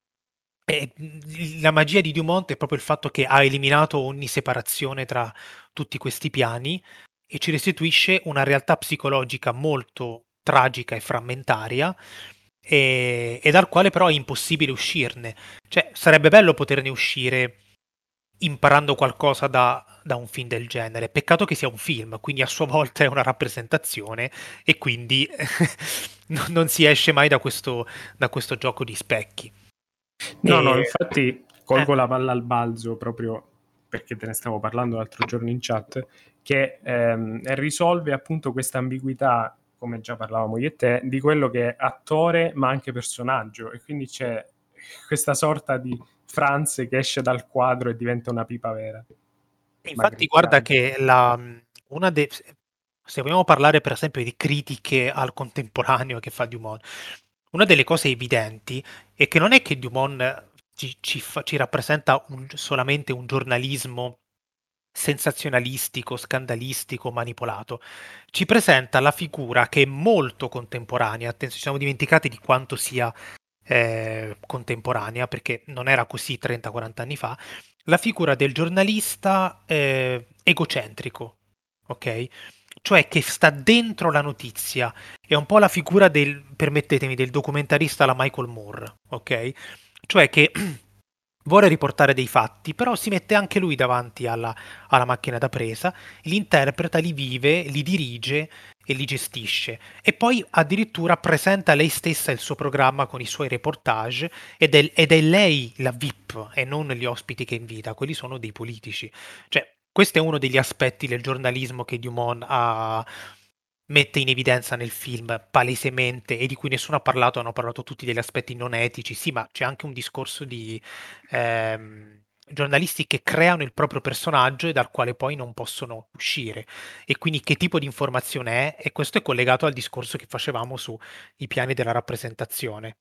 la magia di Dumont è proprio il fatto che ha eliminato ogni separazione tra tutti questi piani e ci restituisce una realtà psicologica molto tragica e frammentaria e dal quale però è impossibile uscirne. Cioè, sarebbe bello poterne uscire imparando qualcosa da un film del genere. Peccato che sia un film, quindi a sua volta è una rappresentazione e quindi non si esce mai da questo gioco di specchi. No, infatti colgo la palla al balzo proprio perché te ne stavo parlando l'altro giorno in chat, che risolve appunto questa ambiguità, come già parlavamo io e te, di quello che è attore ma anche personaggio, e quindi c'è questa sorta di Franz che esce dal quadro e diventa una pipa vera. Infatti guarda che se vogliamo parlare per esempio di critiche al contemporaneo che fa Dumont, una delle cose evidenti è che non è che Dumont ci rappresenta solamente un giornalismo sensazionalistico, scandalistico, manipolato. Ci presenta la figura che è molto contemporanea. Attenzione, ci siamo dimenticati di quanto sia contemporanea, perché non era così 30-40 anni fa, la figura del giornalista egocentrico, ok? Cioè che sta dentro la notizia, è un po' la figura permettetemi, del documentarista alla Michael Moore, ok? Cioè che vuole riportare dei fatti, però si mette anche lui davanti alla macchina da presa, li interpreta, li vive, li dirige e li gestisce. E poi addirittura presenta lei stessa il suo programma con i suoi reportage ed è lei la VIP e non gli ospiti che invita, quelli sono dei politici. Cioè, questo è uno degli aspetti del giornalismo che Dumont mette in evidenza nel film palesemente e di cui nessuno ha parlato, hanno parlato tutti degli aspetti non etici, sì, ma c'è anche un discorso di giornalisti che creano il proprio personaggio e dal quale poi non possono uscire. E quindi che tipo di informazione è? E questo è collegato al discorso che facevamo sui piani della rappresentazione.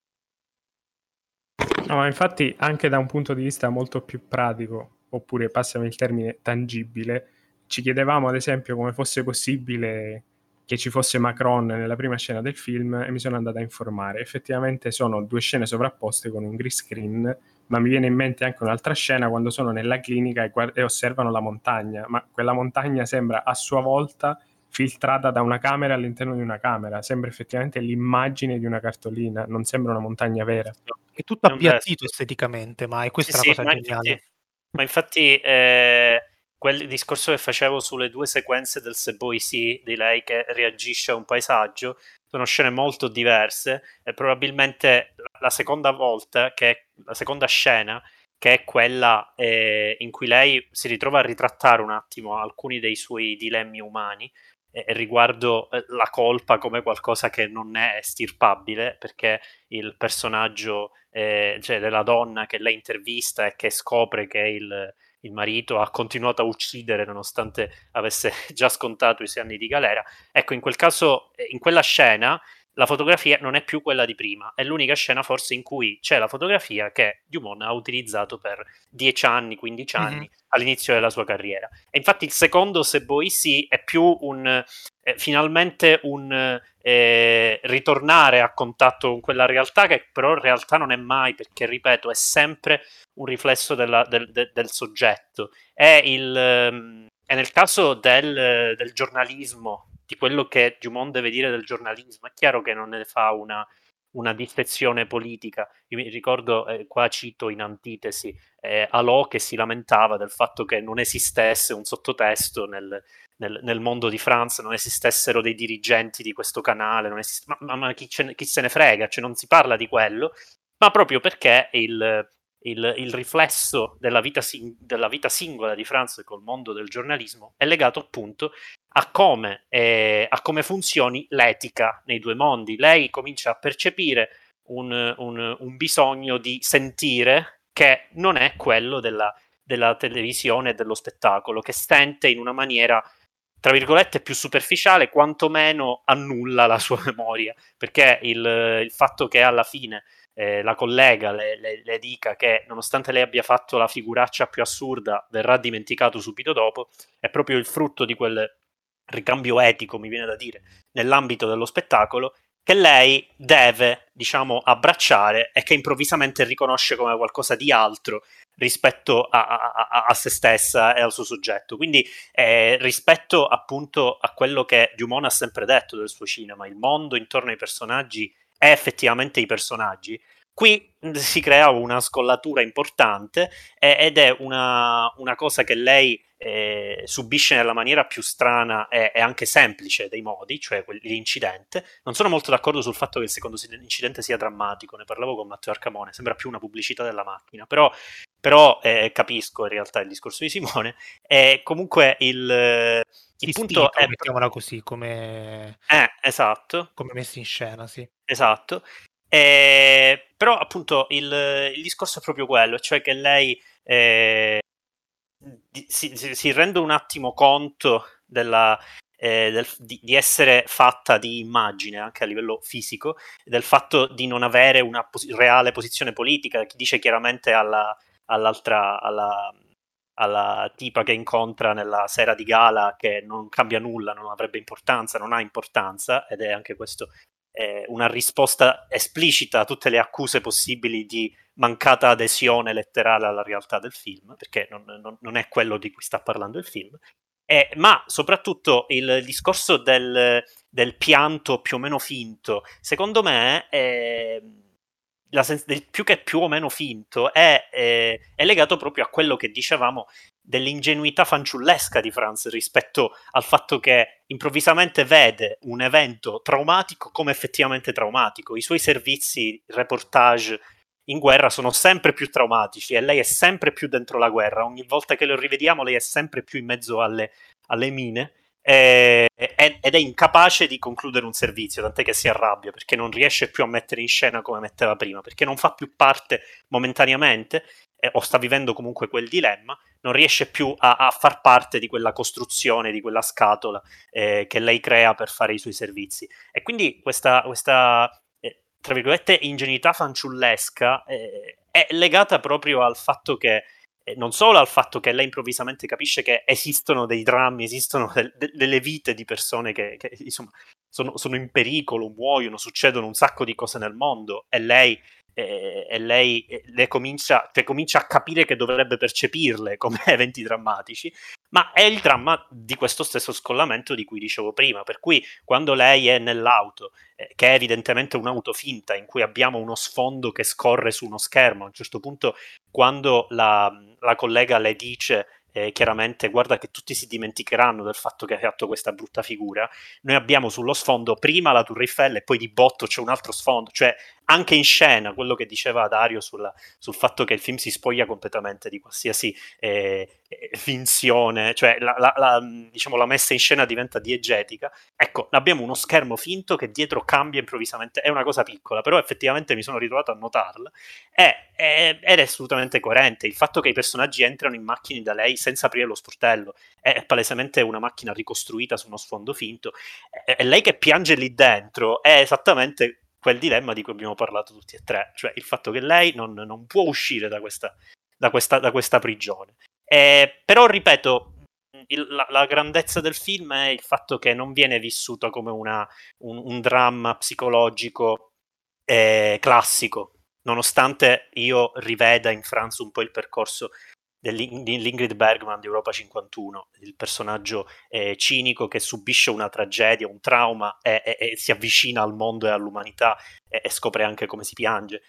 No, ma infatti anche da un punto di vista molto più pratico, oppure passami il termine tangibile, ci chiedevamo ad esempio come fosse possibile che ci fosse Macron nella prima scena del film e mi sono andato a informare. Effettivamente sono due scene sovrapposte con un green screen, ma mi viene in mente anche un'altra scena quando sono nella clinica e osservano la montagna, ma quella montagna sembra a sua volta filtrata da una camera all'interno di una camera, sembra effettivamente l'immagine di una cartolina, non sembra una montagna vera. È tutto appiattito esteticamente, ma è questa Sì, la cosa sì, geniale. ma infatti quel discorso che facevo sulle due sequenze del Se Poi Sì, di lei che reagisce a un paesaggio, sono scene molto diverse e probabilmente la seconda volta, la seconda scena, che è quella in cui lei si ritrova a ritrattare un attimo alcuni dei suoi dilemmi umani riguardo la colpa come qualcosa che non è estirpabile, perché il personaggio cioè della donna che lei intervista e che scopre che il marito ha continuato a uccidere nonostante avesse già scontato i 6 anni di galera. Ecco, in quel caso, in quella scena, la fotografia non è più quella di prima, è l'unica scena forse in cui c'è la fotografia che Dumont ha utilizzato per 10 anni, 15 anni all'inizio della sua carriera. E infatti il secondo, Se Poi Sì, è più finalmente un ritornare a contatto con quella realtà che però in realtà non è mai, perché ripeto, è sempre un riflesso del soggetto. È nel caso del giornalismo, di quello che Dumont deve dire del giornalismo, è chiaro che non ne fa una dissezione politica. Io mi ricordo, qua cito in antitesi, Alò che si lamentava del fatto che non esistesse un sottotesto nel mondo di France, non esistessero dei dirigenti di questo canale, ma chi se ne frega, cioè non si parla di quello. ma proprio perché il riflesso della vita singola di Franz col mondo del giornalismo è legato appunto a come funzioni l'etica nei due mondi. Lei comincia a percepire un bisogno di sentire che non è quello della televisione e dello spettacolo, che sente in una maniera, tra virgolette, più superficiale, quantomeno annulla la sua memoria, perché il fatto che alla fine la collega le dica che nonostante lei abbia fatto la figuraccia più assurda verrà dimenticato subito dopo, è proprio il frutto di quel ricambio etico, mi viene da dire, nell'ambito dello spettacolo, che lei deve, diciamo, abbracciare e che improvvisamente riconosce come qualcosa di altro rispetto a se stessa e al suo soggetto. Quindi rispetto appunto a quello che Dumont ha sempre detto del suo cinema, il mondo intorno ai personaggi è effettivamente i personaggi, qui si crea una scollatura importante ed è una cosa che lei subisce nella maniera più strana e anche semplice dei modi, cioè l'incidente. Non sono molto d'accordo sul fatto che il secondo incidente sia drammatico, ne parlavo con Matteo Arcamone, sembra più una pubblicità della macchina, però capisco in realtà il discorso di Simone. Comunque il punto è... mettiamola così, come esatto. Come messi in scena, sì. Esatto. Però appunto il discorso è proprio quello, cioè che lei si rende un attimo conto di essere fatta di immagine anche a livello fisico, del fatto di non avere una reale posizione politica. Chi dice chiaramente alla tipa che incontra nella sera di gala che non cambia nulla, non avrebbe importanza, non ha importanza, ed è anche questo una risposta esplicita a tutte le accuse possibili di mancata adesione letterale alla realtà del film, perché non è quello di cui sta parlando il film. Ma soprattutto il discorso del pianto più o meno finto, secondo me più che più o meno finto è legato proprio a quello che dicevamo dell'ingenuità fanciullesca di Franz rispetto al fatto che improvvisamente vede un evento traumatico come effettivamente traumatico. I suoi servizi reportage in guerra sono sempre più traumatici e lei è sempre più dentro la guerra. Ogni volta che lo rivediamo lei è sempre più in mezzo alle mine ed è incapace di concludere un servizio, tant'è che si arrabbia perché non riesce più a mettere in scena come metteva prima, perché non fa più parte momentaneamente o sta vivendo comunque quel dilemma, non riesce più a far parte di quella costruzione, di quella scatola che lei crea per fare i suoi servizi. E quindi questa tra virgolette ingenuità fanciullesca è legata proprio al fatto che non solo al fatto che lei improvvisamente capisce che esistono dei drammi, esistono delle vite di persone che insomma sono in pericolo, muoiono, succedono un sacco di cose nel mondo e lei comincia a capire che dovrebbe percepirle come eventi drammatici, ma è il dramma di questo stesso scollamento di cui dicevo prima, per cui quando lei è nell'auto, che è evidentemente un'auto finta in cui abbiamo uno sfondo che scorre su uno schermo, a un certo punto quando la collega le dice chiaramente guarda che tutti si dimenticheranno del fatto che hai fatto questa brutta figura, noi abbiamo sullo sfondo prima la Tour Eiffel e poi di botto c'è un altro sfondo, cioè anche in scena quello che diceva Dario sul fatto che il film si spoglia completamente di qualsiasi finzione, cioè diciamo la messa in scena diventa diegetica. Ecco, abbiamo uno schermo finto che dietro cambia improvvisamente, è una cosa piccola, però effettivamente mi sono ritrovato a notarla ed è assolutamente coerente. Il fatto che i personaggi entrano in macchine da lei senza aprire lo sportello è palesemente una macchina ricostruita su uno sfondo finto, e lei che piange lì dentro è esattamente quel dilemma di cui abbiamo parlato tutti e tre, cioè il fatto che lei non può uscire da questa prigione. Però ripeto, la grandezza del film è il fatto che non viene vissuto come un dramma psicologico classico, nonostante io riveda in Franz un po' il percorso dell'Ingrid Bergman di Europa 51, il personaggio cinico che subisce una tragedia, un trauma e si avvicina al mondo e all'umanità e scopre anche come si piange.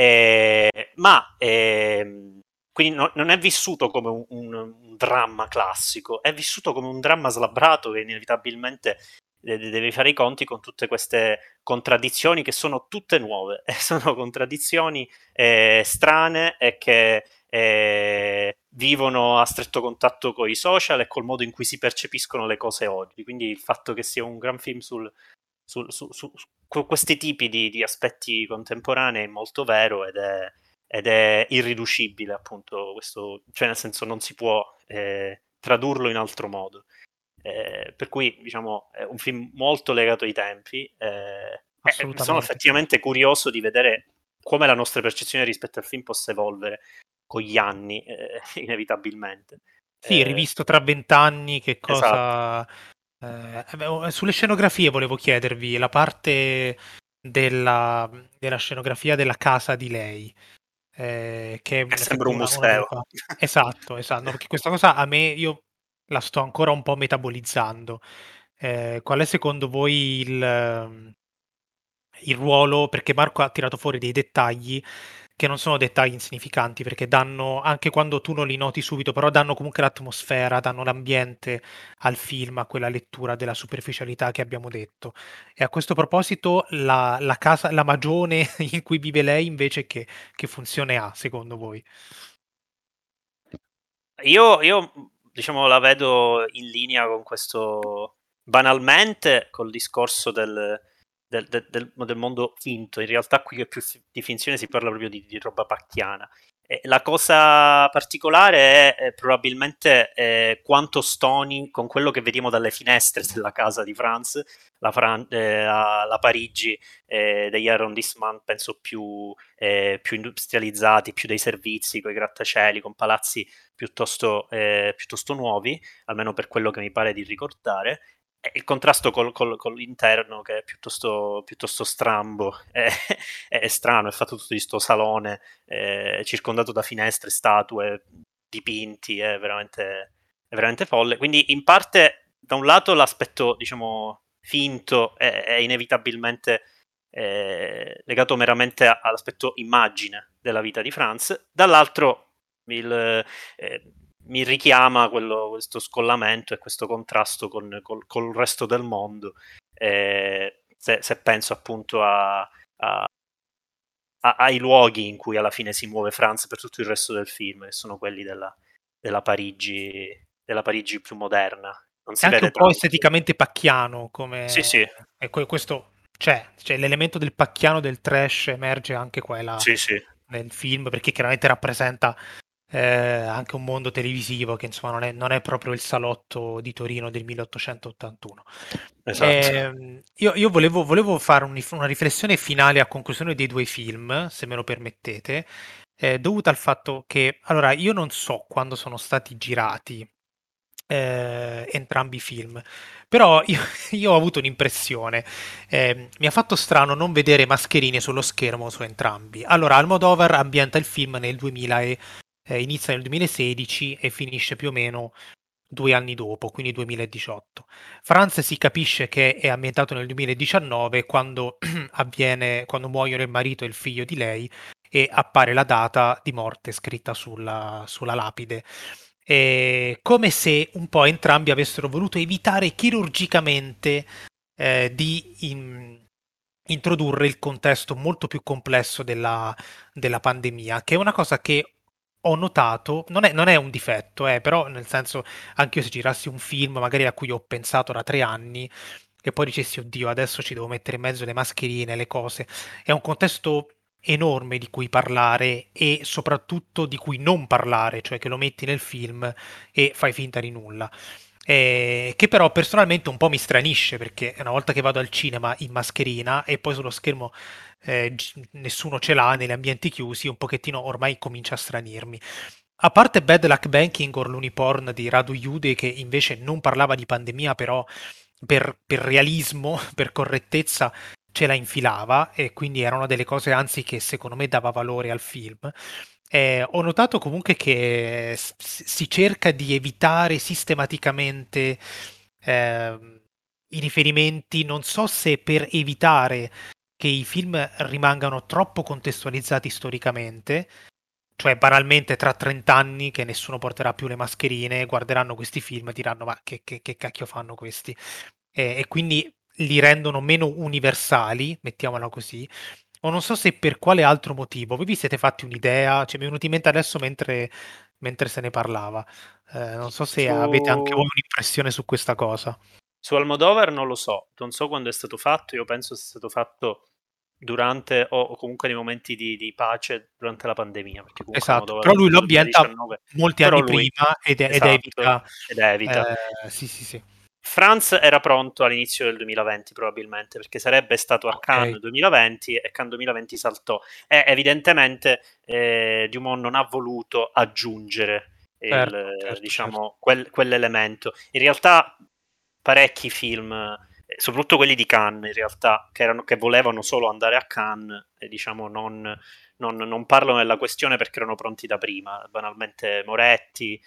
Quindi non è vissuto come un dramma classico, è vissuto come un dramma slabbrato che inevitabilmente devi fare i conti con tutte queste contraddizioni che sono tutte nuove, sono contraddizioni strane e che vivono a stretto contatto con i social e col modo in cui si percepiscono le cose oggi. Quindi il fatto che sia un gran film su questi tipi di aspetti contemporanei è molto vero ed è irriducibile, appunto, questo, cioè nel senso non si può tradurlo in altro modo. Per cui, diciamo, è un film molto legato ai tempi. Sono effettivamente curioso di vedere come la nostra percezione rispetto al film possa evolvere con gli anni, inevitabilmente. Sì, rivisto tra 20 anni, che cosa... Esatto. Sulle scenografie volevo chiedervi, la parte della scenografia della casa di lei, che sembra un una museo. Esatto, no, perché questa cosa a me, io la sto ancora un po' metabolizzando. Qual è secondo voi il ruolo? Perché Marco ha tirato fuori dei dettagli che non sono dettagli insignificanti, perché danno, anche quando tu non li noti subito, però danno comunque l'atmosfera, danno l'ambiente al film, a quella lettura della superficialità che abbiamo detto. E a questo proposito, la casa, la magione in cui vive lei, invece, che funzione ha, secondo voi? Io diciamo la vedo in linea con questo, banalmente col discorso del mondo finto. In realtà qui che più di finzione si parla proprio di roba pacchiana. La cosa particolare è probabilmente quanto stoni con quello che vediamo dalle finestre della casa di Franz, la Parigi degli arrondissement penso più industrializzati, più dei servizi, con i grattacieli, con palazzi piuttosto nuovi, almeno per quello che mi pare di ricordare. Il contrasto con l'interno che è piuttosto strambo, è strano, è fatto tutto di sto salone circondato da finestre, statue, dipinti, è veramente folle. Quindi in parte, da un lato, l'aspetto, diciamo, finto è inevitabilmente legato meramente all'aspetto immagine della vita di Franz, dall'altro mi richiama questo scollamento e questo contrasto col resto del mondo, se penso appunto ai luoghi in cui alla fine si muove Franz per tutto il resto del film, che sono quelli della Parigi più moderna. Non si È anche vede un po' tanto. esteticamente pacchiano, come... Sì. E questo c'è, l'elemento del pacchiano, del trash emerge anche qua e là Sì. nel film, perché chiaramente rappresenta anche un mondo televisivo che insomma non è proprio il salotto di Torino del 1881. Esatto. Io volevo fare una riflessione finale a conclusione dei due film, se me lo permettete, dovuta al fatto che, allora, io non so quando sono stati girati entrambi i film, però io ho avuto un'impressione, mi ha fatto strano non vedere mascherine sullo schermo su entrambi. Allora, Almodovar ambienta il film nel 2000 inizia nel 2016 e finisce più o meno 2 anni dopo, quindi 2018. Franz si capisce che è ambientato nel 2019 quando quando muoiono il marito e il figlio di lei e appare la data di morte scritta sulla lapide. Come se un po' entrambi avessero voluto evitare chirurgicamente di introdurre il contesto molto più complesso della pandemia, che è una cosa che ho notato, non è un difetto, però nel senso, anche io se girassi un film magari a cui ho pensato da 3 anni e poi dicessi, oddio, adesso ci devo mettere in mezzo le mascherine, le cose, è un contesto enorme di cui parlare e soprattutto di cui non parlare, cioè che lo metti nel film e fai finta di nulla. Che però personalmente un po' mi stranisce perché una volta che vado al cinema in mascherina e poi sullo schermo nessuno ce l'ha negli ambienti chiusi, un pochettino ormai comincia a stranirmi. A parte Bad Luck Banking or l'uniporn di Radu Jude che invece non parlava di pandemia, però per realismo, per correttezza ce la infilava e quindi era una delle cose anzi che secondo me dava valore al film. Ho notato comunque che si cerca di evitare sistematicamente i riferimenti, non so se per evitare che i film rimangano troppo contestualizzati storicamente, cioè banalmente tra 30 anni che nessuno porterà più le mascherine, guarderanno questi film e diranno ma che cacchio fanno questi? e quindi li rendono meno universali, mettiamola così, o non so se per quale altro motivo. Voi vi siete fatti un'idea? Cioè, mi è venuto in mente adesso mentre se ne parlava. Non so se avete anche voi Su, un'impressione su questa cosa. su Almodovar non lo so, non so quando è stato fatto, io penso sia stato fatto durante o comunque nei momenti di pace durante la pandemia, perché comunque Esatto, Almodovar però è lui del lo ambienta 2019, molti però anni lui, prima ed esatto, evita. ed evita. Sì, sì, sì. Franz era pronto all'inizio del 2020 probabilmente, perché sarebbe stato a Ok, Cannes 2020 e Cannes 2020 saltò. E evidentemente Dumont non ha voluto aggiungere certo, certo, certo. diciamo, quell'elemento. In realtà parecchi film, soprattutto quelli di Cannes, in realtà, che volevano solo andare a Cannes, e diciamo non parlano della questione perché erano pronti da prima. Banalmente Moretti,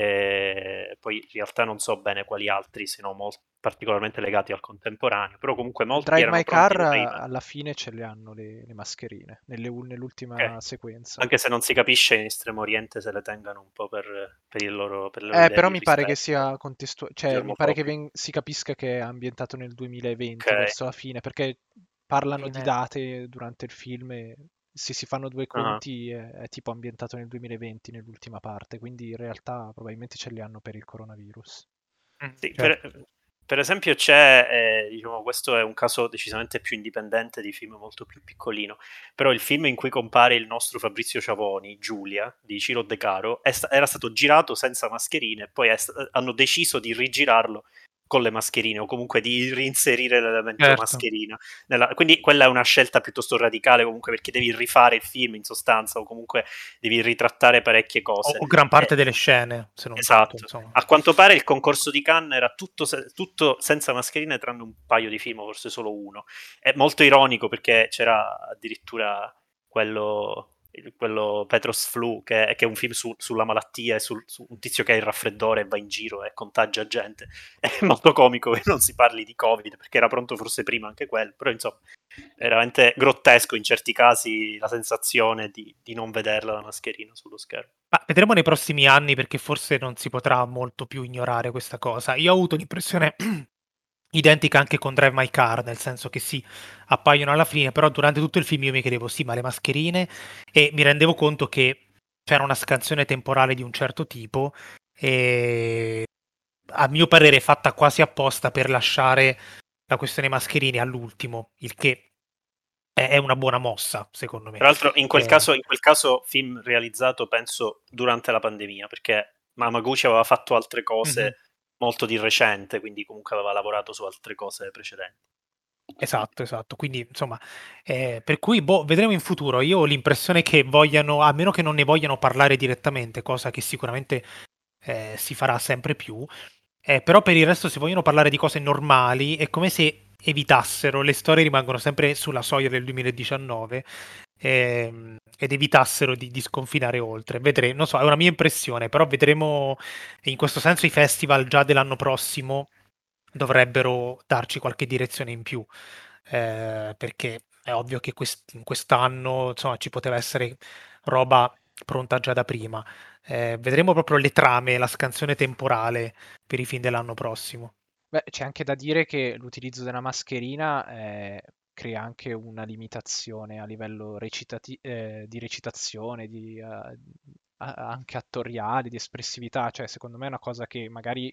poi in realtà non so bene quali altri, se no particolarmente legati al contemporaneo, però comunque molti Drive erano My pronti Car da prima, alla fine ce le hanno le mascherine, ok. nell'ultima sequenza. Anche se non si capisce in Estremo Oriente se le tengano un po' per le loro idee Però di mi pare che rispetto sia cioè mi pare che germofobio. si capisca che è ambientato nel 2020 Ok. verso la fine, perché parlano di Fine. date durante il film e se si fanno due Ah. conti è tipo ambientato nel 2020 nell'ultima parte, quindi in realtà probabilmente ce li hanno per il coronavirus. Sì, Certo. per esempio c'è, diciamo, questo è un caso decisamente più indipendente di film molto più piccolino, però il film in cui compare il nostro Fabrizio Ciavoni, Giulia, di Ciro De Caro, era stato girato senza mascherine e poi hanno deciso di rigirarlo con le mascherine o comunque di reinserire l'elemento Certo. mascherina. Quindi quella è una scelta piuttosto radicale comunque perché devi rifare il film in sostanza o comunque devi ritrattare parecchie cose. O gran parte delle scene, se non tutto, Esatto. insomma. A quanto pare il concorso di Cannes era tutto senza mascherine tranne un paio di film, forse solo uno. È molto ironico perché c'era addirittura quello Petros Flu, che è un film sulla malattia e su un tizio che ha il raffreddore e va in giro e contagia gente. È molto comico che non si parli di Covid, perché era pronto forse prima anche quello, però insomma è veramente grottesco in certi casi la sensazione di non vederla la mascherina sullo schermo. Ma vedremo nei prossimi anni perché forse non si potrà molto più ignorare questa cosa. Io ho avuto l'impressione identica anche con Drive My Car, nel senso che sì, appaiono alla fine, però durante tutto il film io mi chiedevo sì, ma le mascherine, e mi rendevo conto che c'era una scansione temporale di un certo tipo e a mio parere fatta quasi apposta per lasciare la questione mascherine all'ultimo, il che è una buona mossa, secondo me. Tra l'altro, in quel Eh, caso, film realizzato, penso, durante la pandemia, perché Mamaguchi aveva fatto altre mhm. cose molto di recente, quindi comunque aveva lavorato su altre cose precedenti. Esatto, esatto. Quindi, insomma, per cui vedremo in futuro. Io ho l'impressione che vogliano, a meno che non ne vogliano parlare direttamente, cosa che sicuramente si farà sempre più, però per il resto se vogliono parlare di cose normali è come se evitassero, le storie rimangono sempre sulla soglia del 2019 ed evitassero di sconfinare oltre. Vedremo, non so, è una mia impressione, però vedremo in questo senso i festival già dell'anno prossimo dovrebbero darci qualche direzione in più, perché è ovvio che quest'anno insomma, ci poteva essere roba pronta già da prima. Vedremo proprio le trame, la scansione temporale per i film dell'anno prossimo. Beh, c'è anche da dire che l'utilizzo della mascherina crea anche una limitazione a livello di recitazione, anche attoriale, di espressività. Cioè, secondo me è una cosa che magari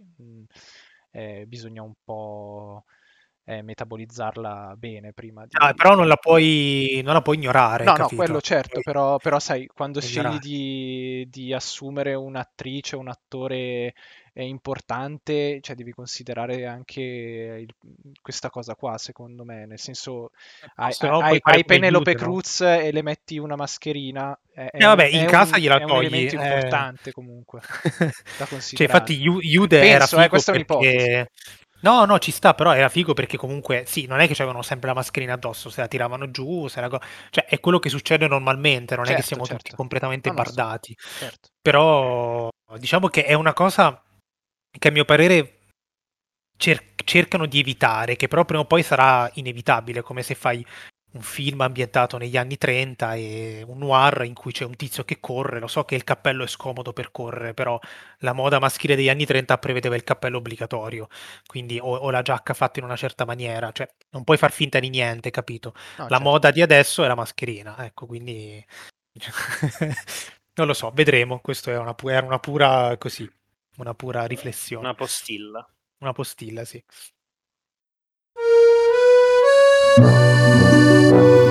bisogna un po' metabolizzarla bene prima Però di... non la puoi ignorare, No, no, quello capito? certo, però sai, quando Puoi scegli ignorare. di assumere un'attrice, un attore importante, cioè devi considerare anche questa cosa qua, secondo me, nel senso No, se no puoi fare hai come Penelope Jude, no? Cruz e le metti una mascherina, Vabbè, in casa gliela è un togli. elemento importante comunque da Cioè, infatti, considerare. Jude era Penso, figo questa è un'ipotesi. perché. No, no, ci sta, però era figo perché comunque, sì, non è che avevano sempre la mascherina addosso, se la tiravano giù, cioè è quello che succede normalmente, non è che Certo, siamo tutti certo. completamente No, no, sì, bardati. certo. Però diciamo che è una cosa che a mio parere cercano di evitare, che però prima o poi sarà inevitabile, come se fai un film ambientato negli anni 30 e un noir in cui c'è un tizio che corre. Lo so che il cappello è scomodo per correre, però la moda maschile degli anni 30 prevedeva il cappello obbligatorio, quindi o la giacca fatta in una certa maniera, cioè non puoi far finta di niente, capito? No, La certo. moda di adesso è la mascherina, ecco, quindi non lo so, vedremo. Questo era una pura così, una pura riflessione, Una postilla. una postilla, sì.